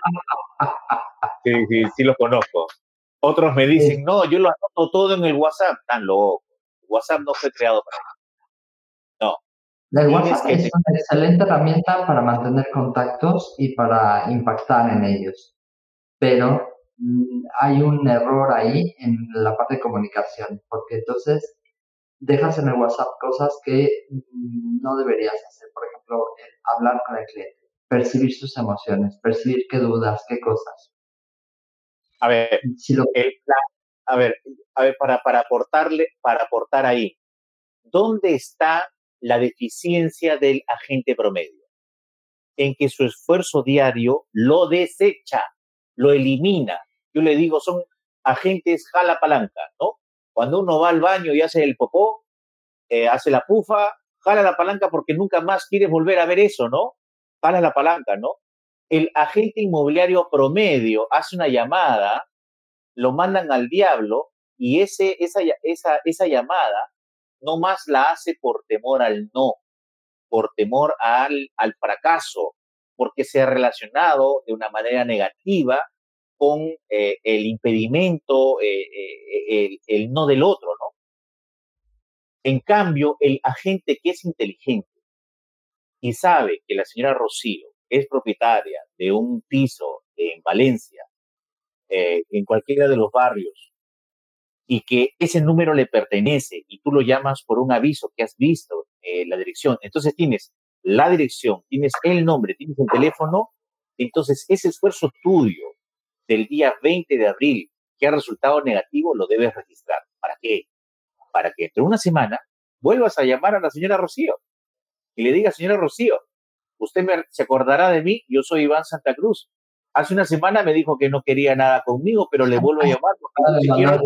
Sí, sí, sí los conozco. Otros me Es- dicen, no, yo lo anoto todo en el WhatsApp. Tan loco. WhatsApp no fue creado para eso. No, el tienes WhatsApp que es tener. una excelente herramienta para mantener contactos y para impactar en ellos, pero mm, hay un error ahí en la parte de comunicación, porque entonces dejas en el WhatsApp cosas que mm, no deberías hacer. Por ejemplo, el hablar con el cliente, percibir sus emociones, percibir qué dudas, qué cosas. A ver, Si lo, el plan, a ver, a ver, para, para aportarle, para aportar ahí, ¿dónde está la deficiencia del agente promedio? En que su esfuerzo diario lo desecha, lo elimina. Yo le digo, son agentes jala palanca, ¿no? Cuando uno va al baño y hace el popó, eh, hace la pufa, jala la palanca porque nunca más quieres volver a ver eso, ¿no? Jala la palanca, ¿no? El agente inmobiliario promedio hace una llamada, lo mandan al diablo y ese, esa, esa, esa llamada no más la hace por temor al no, por temor al, al fracaso, porque se ha relacionado de una manera negativa con eh, el impedimento, eh, eh, el, el no del otro, ¿no? En cambio, el agente que es inteligente y sabe que la señora Rocío es propietaria de un piso en Valencia, eh, en cualquiera de los barrios, y que ese número le pertenece y tú lo llamas por un aviso que has visto, eh, la dirección, entonces tienes la dirección, tienes el nombre, tienes el teléfono, entonces ese esfuerzo tuyo del día veinte de abril que ha resultado negativo lo debes registrar. ¿Para qué? Para que entre una semana vuelvas a llamar a la señora Rocío y le digas, señora Rocío, usted me, se acordará de mí, yo soy Iván Santa Cruz. Hace una semana me dijo que no quería nada conmigo, pero le vuelvo a llamar porque yo te quiero.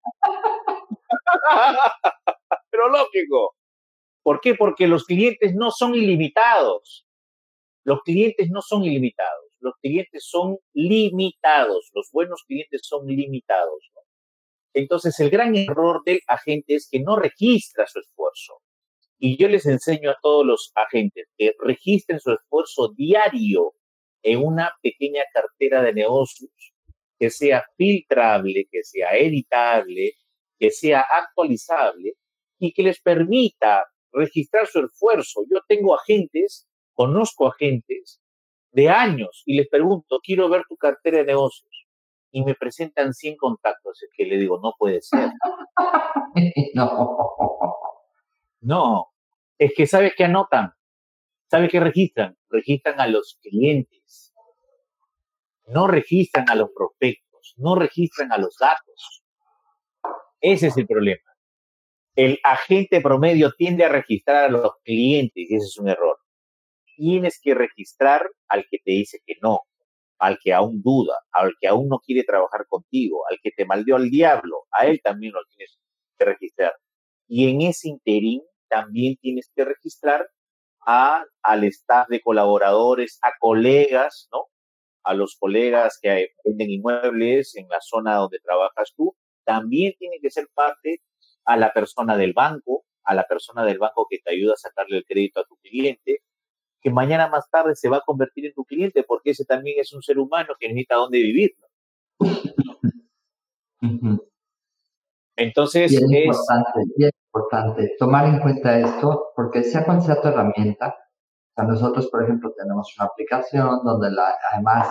Pero lógico. ¿Por qué? Porque los clientes no son ilimitados. Los clientes no son ilimitados. Los clientes son limitados. Los buenos clientes son limitados, ¿no? Entonces, el gran error del agente es que no registra su esfuerzo. Y yo les enseño a todos los agentes que registren su esfuerzo diario en una pequeña cartera de negocios, que sea filtrable, que sea editable, que sea actualizable y que les permita registrar su esfuerzo. Yo tengo agentes, conozco agentes de años y les pregunto, quiero ver tu cartera de negocios. Y me presentan cien contactos. Es que le digo, no puede ser. no. No, es que ¿sabes qué anotan? ¿Sabes qué registran? Registran a los clientes, no registran a los prospectos, no registran a los datos. Ese es el problema. El agente promedio tiende a registrar a los clientes y ese es un error. Tienes que registrar al que te dice que no, al que aún duda, al que aún no quiere trabajar contigo, al que te maldió al diablo, a él también lo tienes que registrar. Y en ese interín también tienes que registrar a, al staff de colaboradores, a colegas, ¿no? A los colegas que venden inmuebles en la zona donde trabajas tú, también tiene que ser parte a la persona del banco, a la persona del banco que te ayuda a sacarle el crédito a tu cliente, que mañana más tarde se va a convertir en tu cliente, porque ese también es un ser humano que necesita dónde vivir, ¿no? Uh-huh. Entonces Bien es, importante, bien importante tomar en cuenta esto, porque sea cual sea tu herramienta, o sea, nosotros, por ejemplo, tenemos una aplicación donde la, además,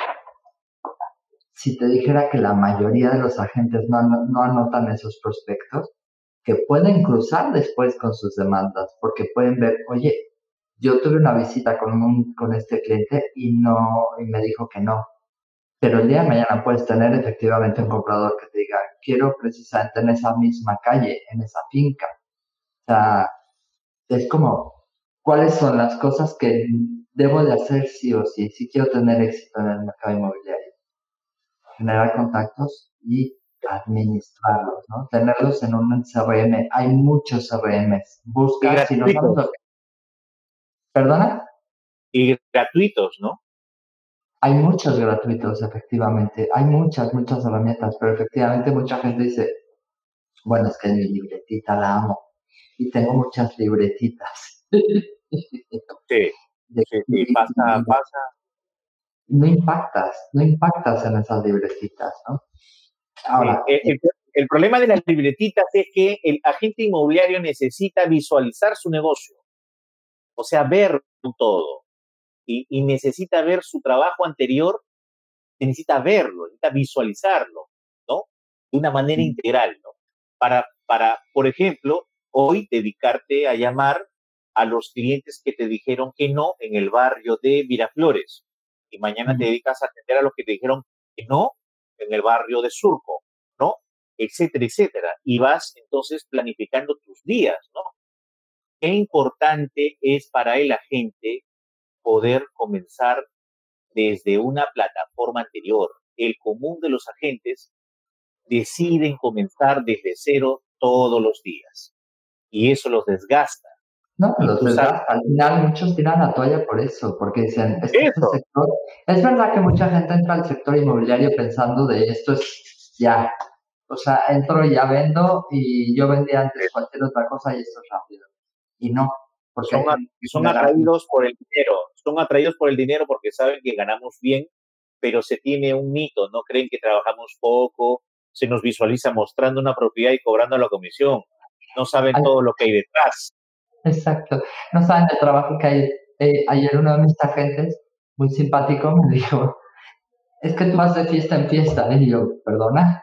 si te dijera que la mayoría de los agentes no, no anotan esos prospectos, que pueden cruzar después con sus demandas, porque pueden ver, oye, yo tuve una visita con, un, con este cliente y no, y me dijo que no. pero el día de mañana puedes tener efectivamente un comprador que te diga, quiero precisamente en esa misma calle, en esa finca. O sea, es como, ¿cuáles son las cosas que debo de hacer sí o sí, si quiero tener éxito en el mercado inmobiliario? Generar contactos y administrarlos, ¿no? Tenerlos en un C R M. Hay muchos C R Ms. Y Busca, si no sabes lo gratuitos, que... ¿Perdona? y gratuitos, ¿no? Hay muchos gratuitos, efectivamente. Hay muchas, muchas herramientas, pero efectivamente mucha gente dice, bueno, es que mi libretita la amo y tengo muchas libretitas. Sí, De- sí, sí, y- pasa, y pasa. no impactas, no impactas en esas libretitas, ¿no? Sí. Ahora, El, el- el problema de las libretitas es que el agente inmobiliario necesita visualizar su negocio, o sea, ver todo, y, y necesita ver su trabajo anterior, necesita verlo, necesita visualizarlo, ¿no? De una manera integral, ¿no? Para, para, por ejemplo, hoy dedicarte a llamar a los clientes que te dijeron que no en el barrio de Miraflores, y mañana te dedicas a atender a los que te dijeron que no en el barrio de Surco, ¿no? Etcétera, etcétera. Y vas entonces planificando tus días, ¿no? Qué importante es para el agente poder comenzar desde una plataforma anterior. El común de los agentes deciden comenzar desde cero todos los días y eso los desgasta. no, Y los tú sabes desgasta. Al final muchos tiran la toalla por eso, porque dicen, es que este eso, sector, es verdad que mucha gente entra al sector inmobiliario pensando de esto es ya, o sea, entro y ya vendo y yo vendía antes cualquier otra cosa y esto es rápido. Y no, porque hay son, gente que son quiere rápido. atraídos por el dinero, son atraídos por el dinero porque saben que ganamos bien, pero se tiene un mito, no creen que trabajamos poco, se nos visualiza mostrando una propiedad y cobrando la comisión, no saben todo lo que hay detrás. Exacto. No saben el trabajo que hay. Eh, ayer uno de mis agentes, muy simpático, me dijo, es que tú vas de fiesta en fiesta. Y yo, perdona.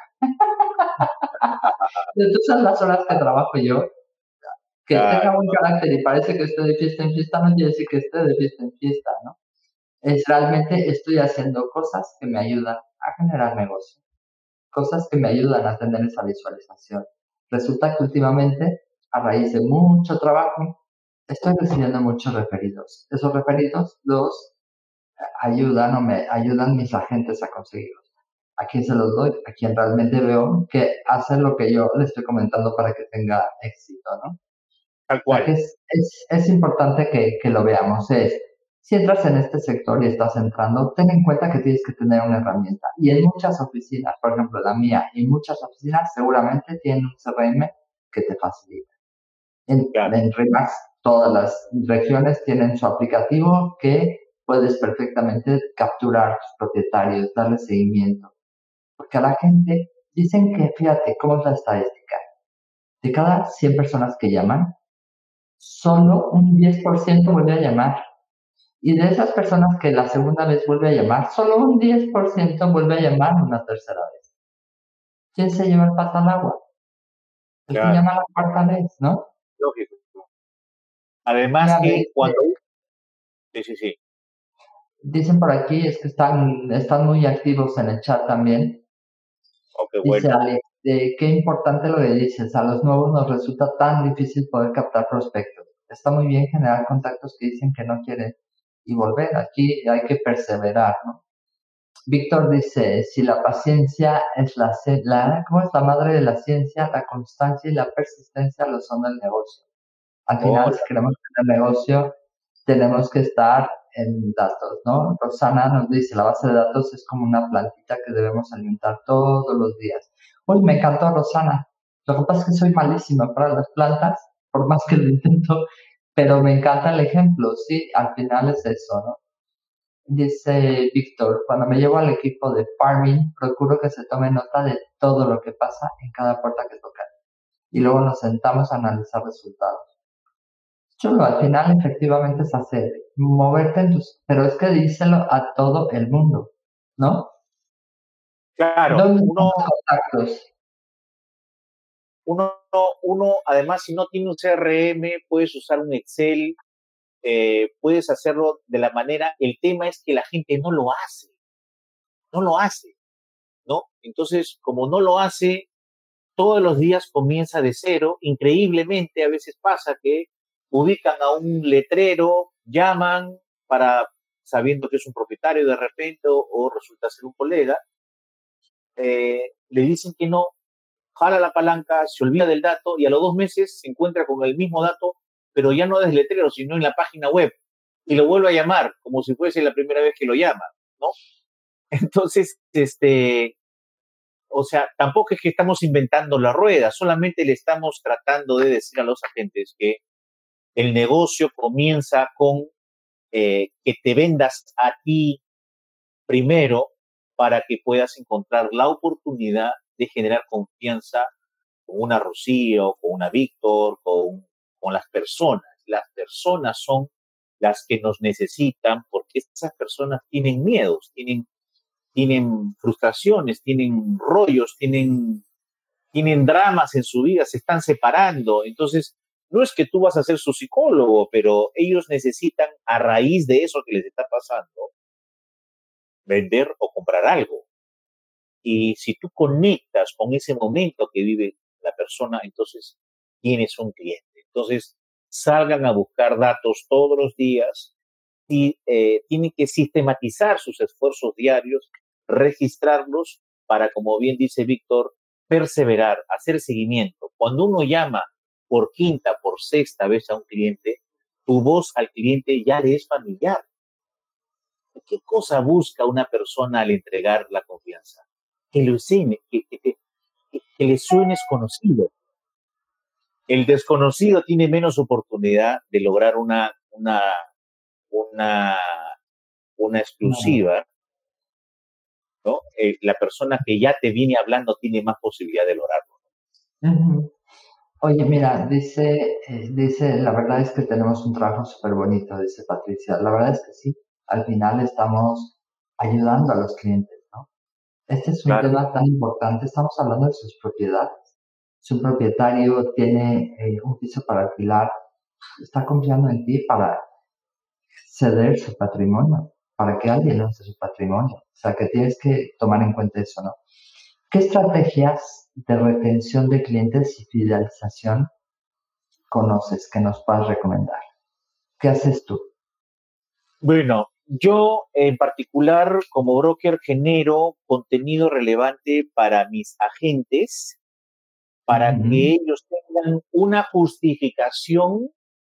Entonces las horas que trabajo yo, que tenga Claro, buen ¿no? carácter y parece que esté de fiesta en fiesta, no quiere decir que esté de fiesta en fiesta, ¿no? Es realmente estoy haciendo cosas que me ayudan a generar negocio, cosas que me ayudan a tener esa visualización. Resulta que últimamente, a raíz de mucho trabajo, estoy recibiendo muchos referidos. Esos referidos los ayudan o me ayudan mis agentes a conseguirlos. ¿A quién se los doy? A quien realmente veo que hace lo que yo le estoy comentando para que tenga éxito, ¿no? O Tal sea cual. que es, es, es importante que, que lo veamos. Es, si entras en este sector y estás entrando, ten en cuenta que tienes que tener una herramienta. Y en muchas oficinas, por ejemplo la mía, y muchas oficinas seguramente tienen un C R M que te facilita. En, Claro. en RE/MAX, todas las regiones tienen su aplicativo que puedes perfectamente capturar tus propietarios, darle seguimiento. Porque a la gente dicen que, fíjate, ¿cómo es la estadística? De cada cien personas que llaman, solo un diez por ciento vuelve a llamar. Y de esas personas que la segunda vez vuelve a llamar, solo un diez por ciento vuelve a llamar una tercera vez. ¿Quién se lleva el pato al agua? El que Claro, llama la cuarta vez, ¿no? lógico. Además Mira, me que dice, cuando... Sí, sí, sí. dicen por aquí, es que están, están muy activos en el chat también. Oh, qué Dice bueno. Alex, eh, qué importante lo que dices, a los nuevos nos resulta tan difícil poder captar prospectos. Está muy bien generar contactos que dicen que no quieren y volver. Aquí hay que perseverar, ¿no? Víctor dice, si la paciencia es la, la, ¿cómo es la madre de la ciencia? La constancia y la persistencia lo son del negocio. Al final, si Hola. queremos tener negocio, tenemos que estar en datos, ¿no? Rosana nos dice, la base de datos es como una plantita que debemos alimentar todos los días. Uy, me encantó Rosana. Lo que pasa es que soy malísima para las plantas, por más que lo intento, pero me encanta el ejemplo, sí, al final es eso, ¿no? Dice Víctor, cuando me llevo al equipo de farming, procuro que se tome nota de todo lo que pasa en cada puerta que toca. Y luego nos sentamos a analizar resultados. Chulo, al final efectivamente es hacer, moverte en tus... Pero es que díselo a todo el mundo, ¿no? Claro, ¿Dónde están uno, los contactos? uno, uno, además, si no tiene un C R M, puedes usar un Excel, eh, puedes hacerlo de la manera, el tema es que la gente no lo hace. no lo hace, ¿no? Entonces, como no lo hace, todos los días comienza de cero. Increíblemente, a veces pasa que ubican a un letrero, llaman para, sabiendo que es un propietario de repente o, o resulta ser un colega, eh, le dicen que no, jala la palanca, se olvida del dato y a los dos meses se encuentra con el mismo dato, pero ya no desde el letrero, sino en la página web y lo vuelve a llamar como si fuese la primera vez que lo llama, ¿no? Entonces, este, o sea, tampoco es que estamos inventando la rueda, solamente le estamos tratando de decir a los agentes que el negocio comienza con eh, que te vendas a ti primero para que puedas encontrar la oportunidad de generar confianza con una Rocío, con una Víctor, con, con las personas. Las personas son las que nos necesitan porque esas personas tienen miedos, tienen, tienen frustraciones, tienen rollos, tienen, tienen dramas en su vida, se están separando. Entonces, no es que tú vas a ser su psicólogo, pero ellos necesitan, a raíz de eso que les está pasando, vender o comprar algo. Y si tú conectas con ese momento que vive la persona, entonces tienes un cliente. Entonces, salgan a buscar datos todos los días y eh, tienen que sistematizar sus esfuerzos diarios, registrarlos para, como bien dice Víctor, perseverar, hacer seguimiento. Cuando uno llama por quinta, por sexta vez a un cliente, tu voz al cliente ya le es familiar. ¿Qué cosa busca una persona al entregar la confianza? Que le suene, que, que, que, que le suenes conocido. El desconocido tiene menos oportunidad de lograr una, una, una, una exclusiva, ¿no? Eh, la persona que ya te viene hablando tiene más posibilidad de lograrlo. Uh-huh. Oye, mira, dice, eh, dice, la verdad es que tenemos un trabajo súper bonito, dice Patricia. La verdad es que sí, al final estamos ayudando a los clientes, ¿no? Este es un Claro. tema tan importante, estamos hablando de sus propiedades. Si un propietario tiene eh, un piso para alquilar, está confiando en ti para ceder su patrimonio, para que alguien use su patrimonio. O sea, que tienes que tomar en cuenta eso, ¿no? ¿Qué estrategias de retención de clientes y fidelización conoces que nos puedas recomendar? ¿Qué haces tú? Bueno, yo en particular como broker genero contenido relevante para mis agentes para Uh-huh. que ellos tengan una justificación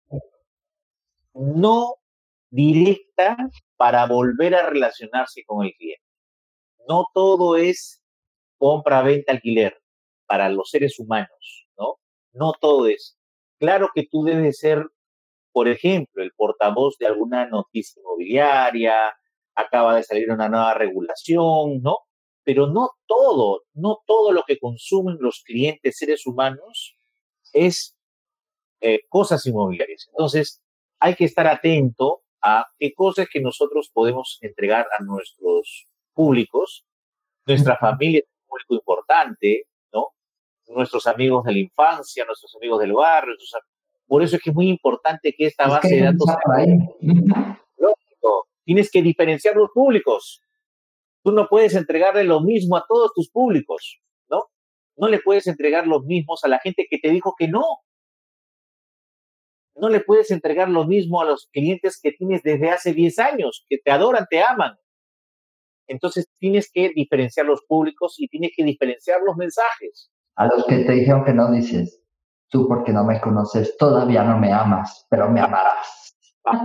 no directa para volver a relacionarse con el cliente. No todo es compra, venta, alquiler para los seres humanos, ¿no? No todo es. Claro que tú debes ser, por ejemplo, el portavoz de alguna noticia inmobiliaria, acaba de salir una nueva regulación, ¿no? Pero no todo, no todo lo que consumen los clientes seres humanos es eh, cosas inmobiliarias. Entonces, hay que estar atento a qué cosas que nosotros podemos entregar a nuestros públicos. Nuestra familia es un público importante, ¿no? Nuestros amigos de la infancia, nuestros amigos del barrio. Nuestros... Por eso es que es muy importante que esta Es base que de datos sea por ahí. lógico. Tienes que diferenciar los públicos. Tú no puedes entregarle lo mismo a todos tus públicos, ¿no? No le puedes entregar los mismos a la gente que te dijo que no. No le puedes entregar lo mismo a los clientes que tienes desde hace diez años, que te adoran, te aman. Entonces tienes que diferenciar los públicos y tienes que diferenciar los mensajes. A los que te dijeron que no dices, tú porque no me conoces, todavía no me amas, pero me amarás.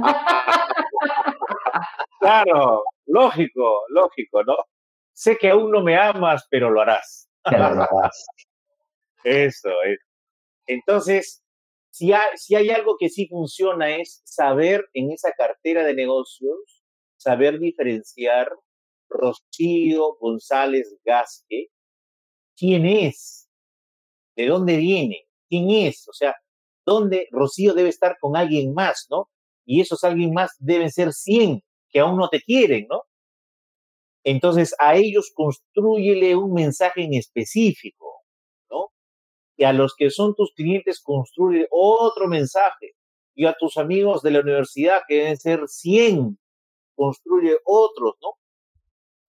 Claro, lógico, lógico, ¿no? Sé que aún no me amas, pero lo harás. Pero lo harás. Eso es. Entonces, si hay, si hay algo que sí funciona es saber en esa cartera de negocios, saber diferenciar Rocío González Gasque, quién es, de dónde viene, quién es, o sea, dónde Rocío debe estar con alguien más, ¿no? Y esos alguien más deben ser cien que aún no te quieren, ¿no? Entonces a ellos construyele un mensaje en específico, ¿no? Y a los que son tus clientes construye otro mensaje. Y a tus amigos de la universidad, que deben ser cien, construye otros, ¿no?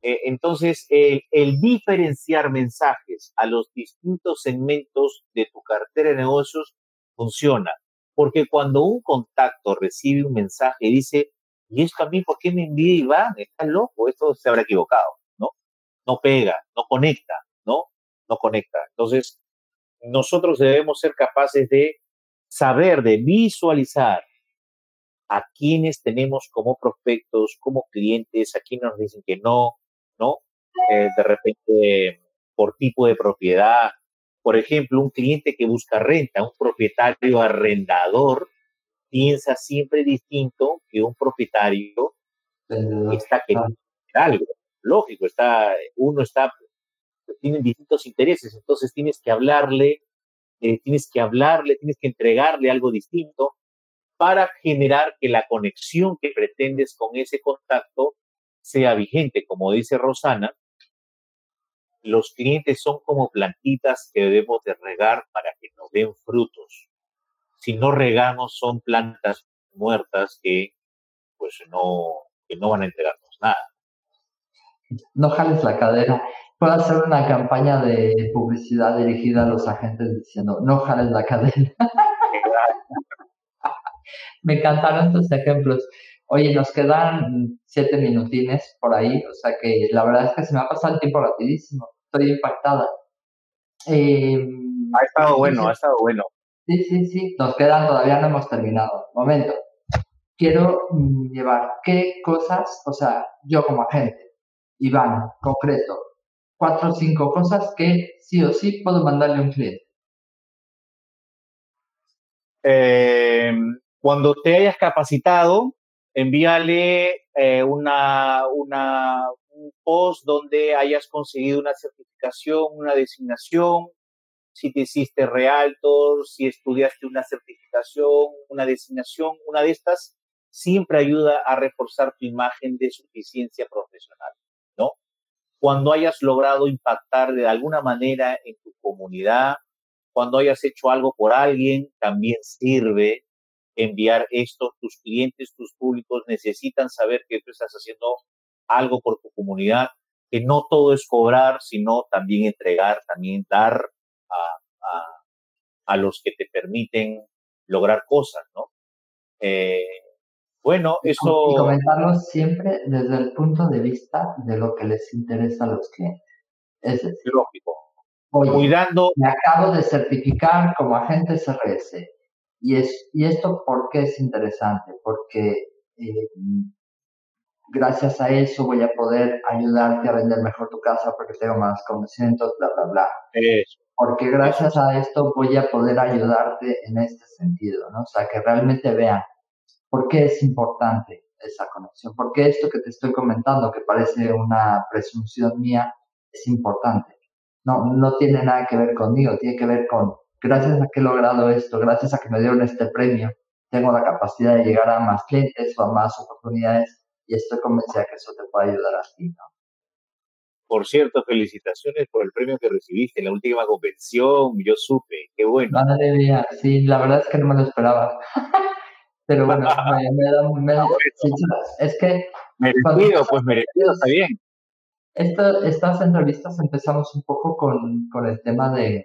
Eh, entonces, el, el diferenciar mensajes a los distintos segmentos de tu cartera de negocios funciona. Porque cuando un contacto recibe un mensaje y dice, ¿y esto a mí por qué me envía Iván? Está loco, esto se habrá equivocado, ¿no? No pega, no conecta, ¿no? No conecta. Entonces, nosotros debemos ser capaces de saber, de visualizar a quienes tenemos como prospectos, como clientes, a quienes nos dicen que no, ¿no? Eh, de repente, por tipo de propiedad. Por ejemplo, un cliente que busca renta, un propietario arrendador, piensa siempre distinto que un propietario que Vendedor. está Ah, queriendo hacer algo. Lógico, está, uno está, tienen distintos intereses, entonces tienes que hablarle, eh, tienes que hablarle, tienes que entregarle algo distinto para generar que la conexión que pretendes con ese contacto sea vigente. Como dice Rosana, los clientes son como plantitas que debemos de regar para que nos den frutos. Si no regamos, son plantas muertas que pues no, que no van a entregarnos nada. no jales la cadera. Puedo hacer una campaña de publicidad dirigida a los agentes diciendo, no jales la cadera. Me encantaron tus ejemplos. Oye, nos quedan siete minutines por ahí, o sea que la verdad es que se me ha pasado el tiempo rapidísimo. Estoy impactada. Eh, Ha estado bueno, ha entonces, estado bueno. sí, sí, sí, nos quedan, todavía no hemos terminado. Momento. Quiero mm, llevar qué cosas, o sea, yo como agente, Iván, concreto, cuatro o cinco cosas que sí o sí puedo mandarle a un cliente. Eh, Cuando te hayas capacitado, envíale eh, una, una, un post donde hayas conseguido una certificación, una designación, si te hiciste Realtor, si estudiaste una certificación, una designación, una de estas, siempre ayuda a reforzar tu imagen de suficiencia profesional, ¿no? Cuando hayas logrado impactar de alguna manera en tu comunidad, cuando hayas hecho algo por alguien, también sirve enviar esto. Tus clientes, tus públicos necesitan saber que tú estás haciendo algo por tu comunidad, que no todo es cobrar, sino también entregar, también dar a, a, a los que te permiten lograr cosas, ¿no? Eh, bueno, Y, com- y eso comentarlo siempre desde el punto de vista de lo que les interesa a los clientes. Es es decir, lógico. oye, Cuidando, me acabo de certificar como agente S R S. Y, es, y esto, ¿por qué es interesante? Porque eh, gracias a eso voy a poder ayudarte a vender mejor tu casa porque tengo más conocimientos, bla, bla, bla. eso, Porque eso gracias es. a esto voy a poder ayudarte en este sentido, ¿no? O sea, que realmente vean por qué es importante esa conexión, por qué esto que te estoy comentando, que parece una presunción mía, es importante. No, no tiene nada que ver conmigo, tiene que ver con, gracias a que he logrado esto, gracias a que me dieron este premio, tengo la capacidad de llegar a más clientes o a más oportunidades y estoy convencida que eso te puede ayudar a ti, ¿no? Por cierto, felicitaciones por el premio que recibiste en la última convención. Yo supe, qué bueno. Madre mía, sí, la verdad es que no me lo esperaba. Pero bueno, me, me da, Ah, me, bueno, sí, es que cuando merecido, pues merecido, está bien. Esta- estas entrevistas empezamos un poco con, con el tema de,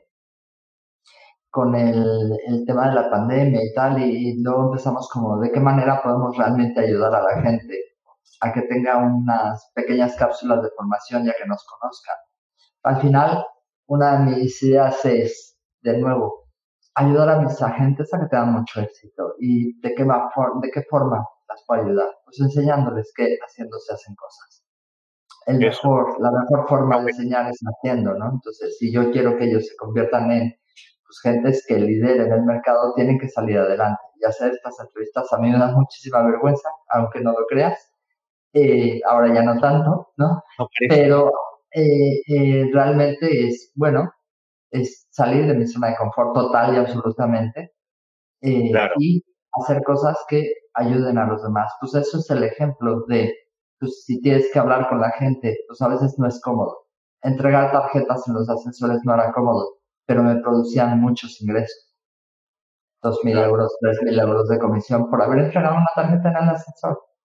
con el, el tema de la pandemia y tal, y, y luego empezamos como de qué manera podemos realmente ayudar a la gente a que tenga unas pequeñas cápsulas de formación ya que nos conozcan. Al final, una de mis ideas es, de nuevo, ayudar a mis agentes a que tengan mucho éxito. ¿Y de qué, ma- for- de qué forma las puedo ayudar? Pues enseñándoles que haciendo se hacen cosas. El Eso, mejor, la mejor está forma de bueno. enseñar es haciendo, ¿no? Entonces, si yo quiero que ellos se conviertan en pues, gentes que lideren el mercado, tienen que salir adelante. Y hacer estas entrevistas a mí me da muchísima vergüenza, aunque no lo creas. Eh, ahora ya no tanto, ¿no? No parece, Pero eh, eh, realmente es, bueno, es salir de mi zona de confort total y absolutamente eh, claro. y hacer cosas que ayuden a los demás. Pues eso es el ejemplo de, pues si tienes que hablar con la gente, pues a veces no es cómodo. Entregar tarjetas en los ascensores no era cómodo, pero me producían muchos ingresos. Dos mil Claro. euros, tres mil euros de comisión por haber entregado una tarjeta en el ascensor.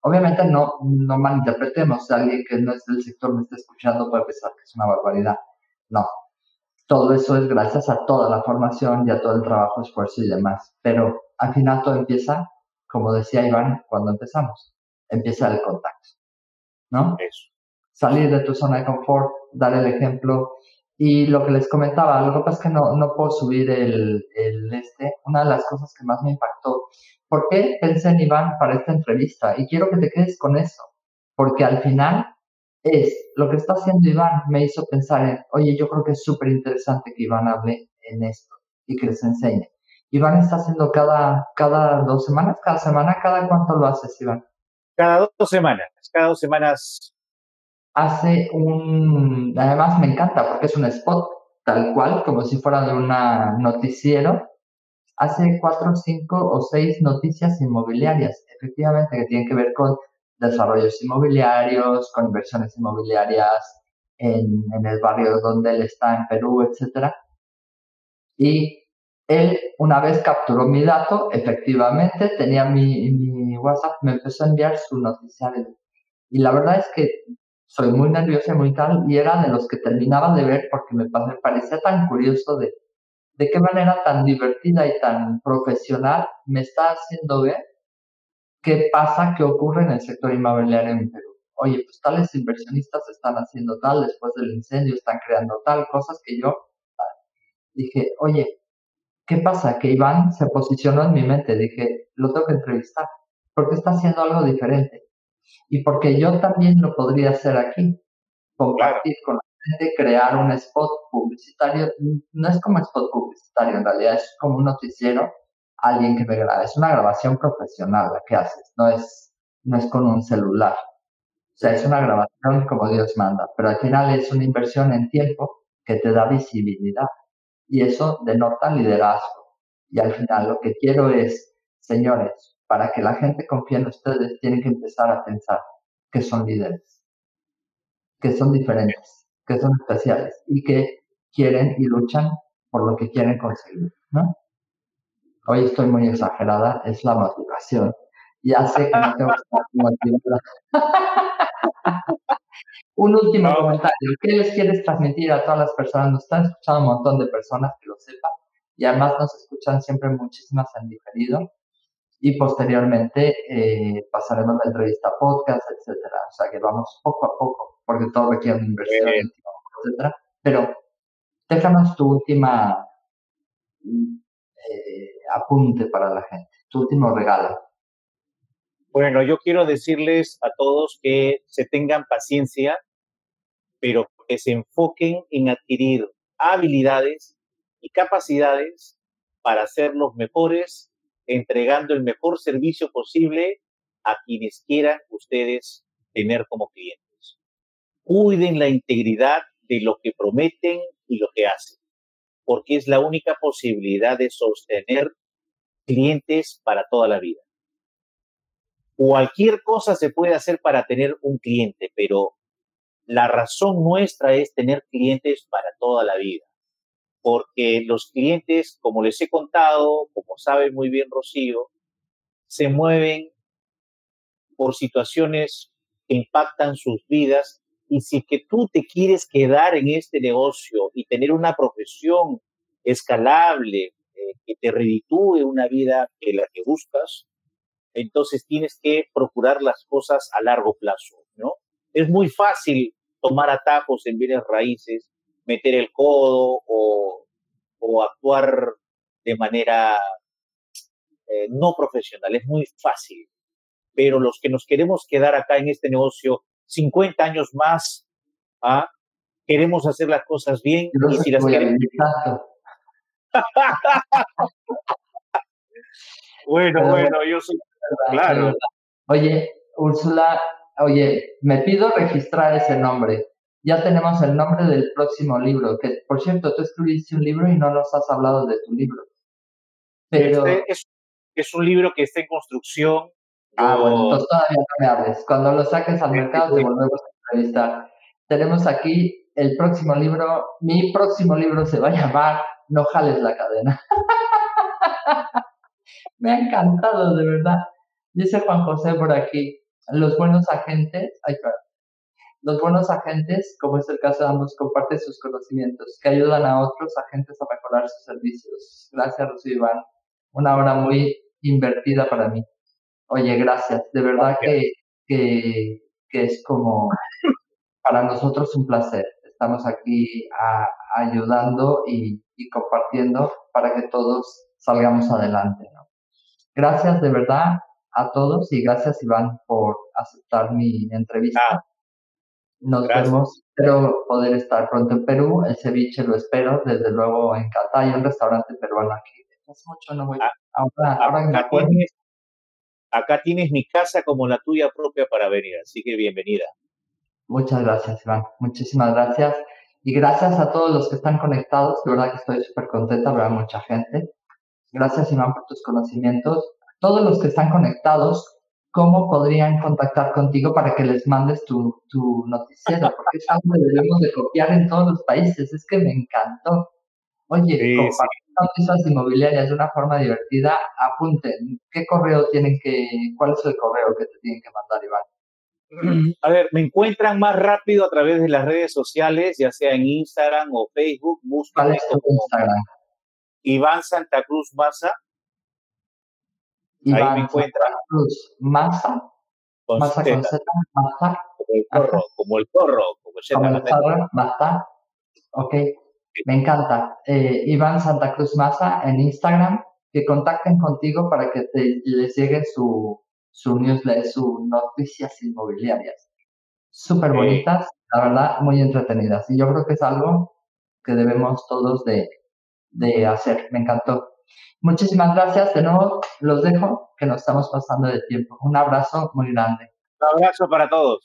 Obviamente no, no malinterpretemos, si alguien que no es del sector me está escuchando puede pensar que es una barbaridad. No, todo eso es gracias a toda la formación y a todo el trabajo, esfuerzo y demás. Pero al final todo empieza, como decía Iván, cuando empezamos, empieza el contacto, ¿no? Eso. Salir de tu zona de confort, dar el ejemplo. Y lo que les comentaba, lo que pasa es que no, no puedo subir el, el este. Una de las cosas que más me impactó, ¿por qué pensé en Iván para esta entrevista? Y quiero que te quedes con eso, porque al final es lo que está haciendo Iván, me hizo pensar en, oye, yo creo que es súper interesante que Iván hable en esto y que les enseñe. Iván está haciendo cada, cada dos semanas, cada semana, ¿cada cuánto lo haces, Iván? Cada dos semanas, cada dos semanas. Hace un, además me encanta porque es un spot tal cual, como si fuera de un noticiero. Hace cuatro, cinco o seis noticias inmobiliarias, efectivamente, que tienen que ver con desarrollos inmobiliarios, con inversiones inmobiliarias en, en el barrio donde él está, en Perú, etcétera. Y él, una vez capturó mi dato, efectivamente, tenía mi, mi WhatsApp, me empezó a enviar su noticiario. Y la verdad es que soy muy nerviosa y muy tal, y era de los que terminaba de ver porque me parecía tan curioso de, de qué manera tan divertida y tan profesional me está haciendo ver qué pasa, qué ocurre en el sector inmobiliario en Perú. Oye, pues tales inversionistas están haciendo tal, después del incendio están creando tal, cosas que yo dije, oye, ¿qué pasa? Que Iván se posicionó en mi mente, dije, lo tengo que entrevistar, porque está haciendo algo diferente y porque yo también lo podría hacer aquí, Claro. compartir con la gente, crear un spot publicitario. No es como spot publicitario, en realidad es como un noticiero, alguien que me grabe. Es una grabación profesional la que haces, no es, no es con un celular. O sea, es una grabación como Dios manda, pero al final es una inversión en tiempo que te da visibilidad y eso denota liderazgo. Y al final lo que quiero es, señores, para que la gente confíe en ustedes, tienen que empezar a pensar que son líderes, que son diferentes, que son especiales y que quieren y luchan por lo que quieren conseguir, ¿no? Hoy estoy muy exagerada, es la motivación. Ya sé que no tengo que estar motivada. Un último No, comentario. ¿Qué les quieres transmitir a todas las personas? Nos están escuchando un montón de personas, que lo sepan. Y además nos escuchan siempre muchísimas en diferido. Y posteriormente eh, pasaremos la entrevista a podcast, etcétera. O sea que vamos poco a poco, porque todo requiere una inversión eh, en tiempo, etcétera. Pero déjanos tu última eh, apunte para la gente, tu último regalo. bueno, yo quiero decirles a todos que se tengan paciencia, pero que se enfoquen en adquirir habilidades y capacidades para ser los mejores, entregando el mejor servicio posible a quienes quieran ustedes tener como clientes. Cuiden la integridad de lo que prometen y lo que hacen, porque es la única posibilidad de sostener clientes para toda la vida. Cualquier cosa se puede hacer para tener un cliente, pero la razón nuestra es tener clientes para toda la vida, porque los clientes, como les he contado, como sabe muy bien Rocío, se mueven por situaciones que impactan sus vidas, y si que tú te quieres quedar en este negocio y tener una profesión escalable, eh, que te reditúe una vida que la que buscas, entonces tienes que procurar las cosas a largo plazo, ¿no? Es muy fácil tomar atajos en bienes raíces, meter el codo o, o actuar de manera eh, no profesional, es muy fácil. Pero los que nos queremos quedar acá en este negocio cincuenta años más, ¿ah? Queremos hacer las cosas bien, Yo no y sé si si las voy a queremos... vivir tanto. Bueno, Pero bueno, bueno, yo soy... verdad, es Claro. verdad. Oye, Úrsula, oye, me pido registrar ese nombre. Ya tenemos el nombre del próximo libro, que por cierto, tú escribiste un libro y no nos has hablado de tu libro. Pero, Este es, es un libro que está en construcción. ah, bueno, Yo... entonces todavía no me hables. Cuando lo saques al mercado te volvemos a entrevistar. Tenemos aquí el próximo libro, mi próximo libro se va a llamar No jales la cadena. Me ha encantado, de verdad. Dice Juan José por aquí. los buenos agentes, ay, perdón, los buenos agentes, como es el caso de ambos, comparten sus conocimientos, que ayudan a otros agentes a mejorar sus servicios. Gracias, Rocío Iván. Una hora muy invertida para mí. Oye, gracias. De verdad que, que, que es como para nosotros un placer. Estamos aquí a, ayudando y, y compartiendo para que todos salgamos adelante, ¿no? Gracias de verdad a todos y gracias, Iván, por aceptar mi entrevista. Ah, Nos gracias. vemos. Espero poder estar pronto en Perú. El ceviche lo espero, desde luego en Cata. Hay un restaurante peruano aquí. Hace mucho no voy. Ah, Ahora, ahora me acá, acuerdo. tienes, acá tienes mi casa como la tuya propia para venir, así que bienvenida. Muchas gracias, Iván. Muchísimas gracias. Y gracias a todos los que están conectados. De verdad que estoy súper contenta, habrá mucha gente. Gracias, Iván, por tus conocimientos. Todos los que están conectados, ¿cómo podrían contactar contigo para que les mandes tu, tu noticiero? Porque es algo que debemos de copiar en todos los países. Es que me encantó. Oye, Sí, compartir sí. noticias inmobiliarias de una forma divertida. Apunten. ¿Qué correo tienen que, cuál es el correo que te tienen que mandar, Iván? A ver, me encuentran más rápido a través de las redes sociales, ya sea en Instagram o Facebook. ¿Cuál Búsquenme es tu como Instagram? Iván Santa Cruz Maza. Ahí me Iván encuentran Santa Cruz Maza. con Maza con Z, Z. Maza. como el Ajá. zorro, como el zorro, como el Como Z, el zorro. Maza. Ok. Me encanta. Eh, Iván Santa Cruz Maza en Instagram. Que contacten contigo para que te, les llegue su, su newsletter, sus noticias inmobiliarias. Súper bonitas, la verdad, muy entretenidas. Y yo creo que es algo que debemos todos de, de hacer. Me encantó. Muchísimas gracias. De nuevo, los dejo, que nos estamos pasando de tiempo. Un abrazo muy grande. Un abrazo para todos.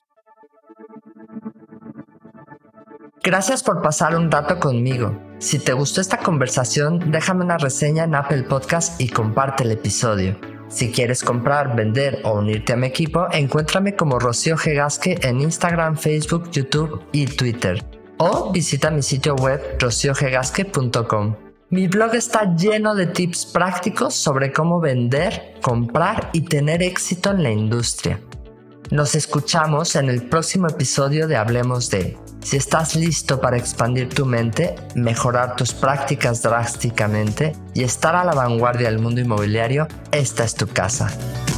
Gracias por pasar un rato conmigo. Si te gustó esta conversación, déjame una reseña en Apple Podcast y comparte el episodio. Si quieres comprar, vender o unirte a mi equipo, encuéntrame como Rocío G. Gasque en Instagram, Facebook, YouTube y Twitter. O visita mi sitio web rocio g gasque punto com. Mi blog está lleno de tips prácticos sobre cómo vender, comprar y tener éxito en la industria. Nos escuchamos en el próximo episodio de Hablemos de. Si estás listo para expandir tu mente, mejorar tus prácticas drásticamente y estar a la vanguardia del mundo inmobiliario, esta es tu casa.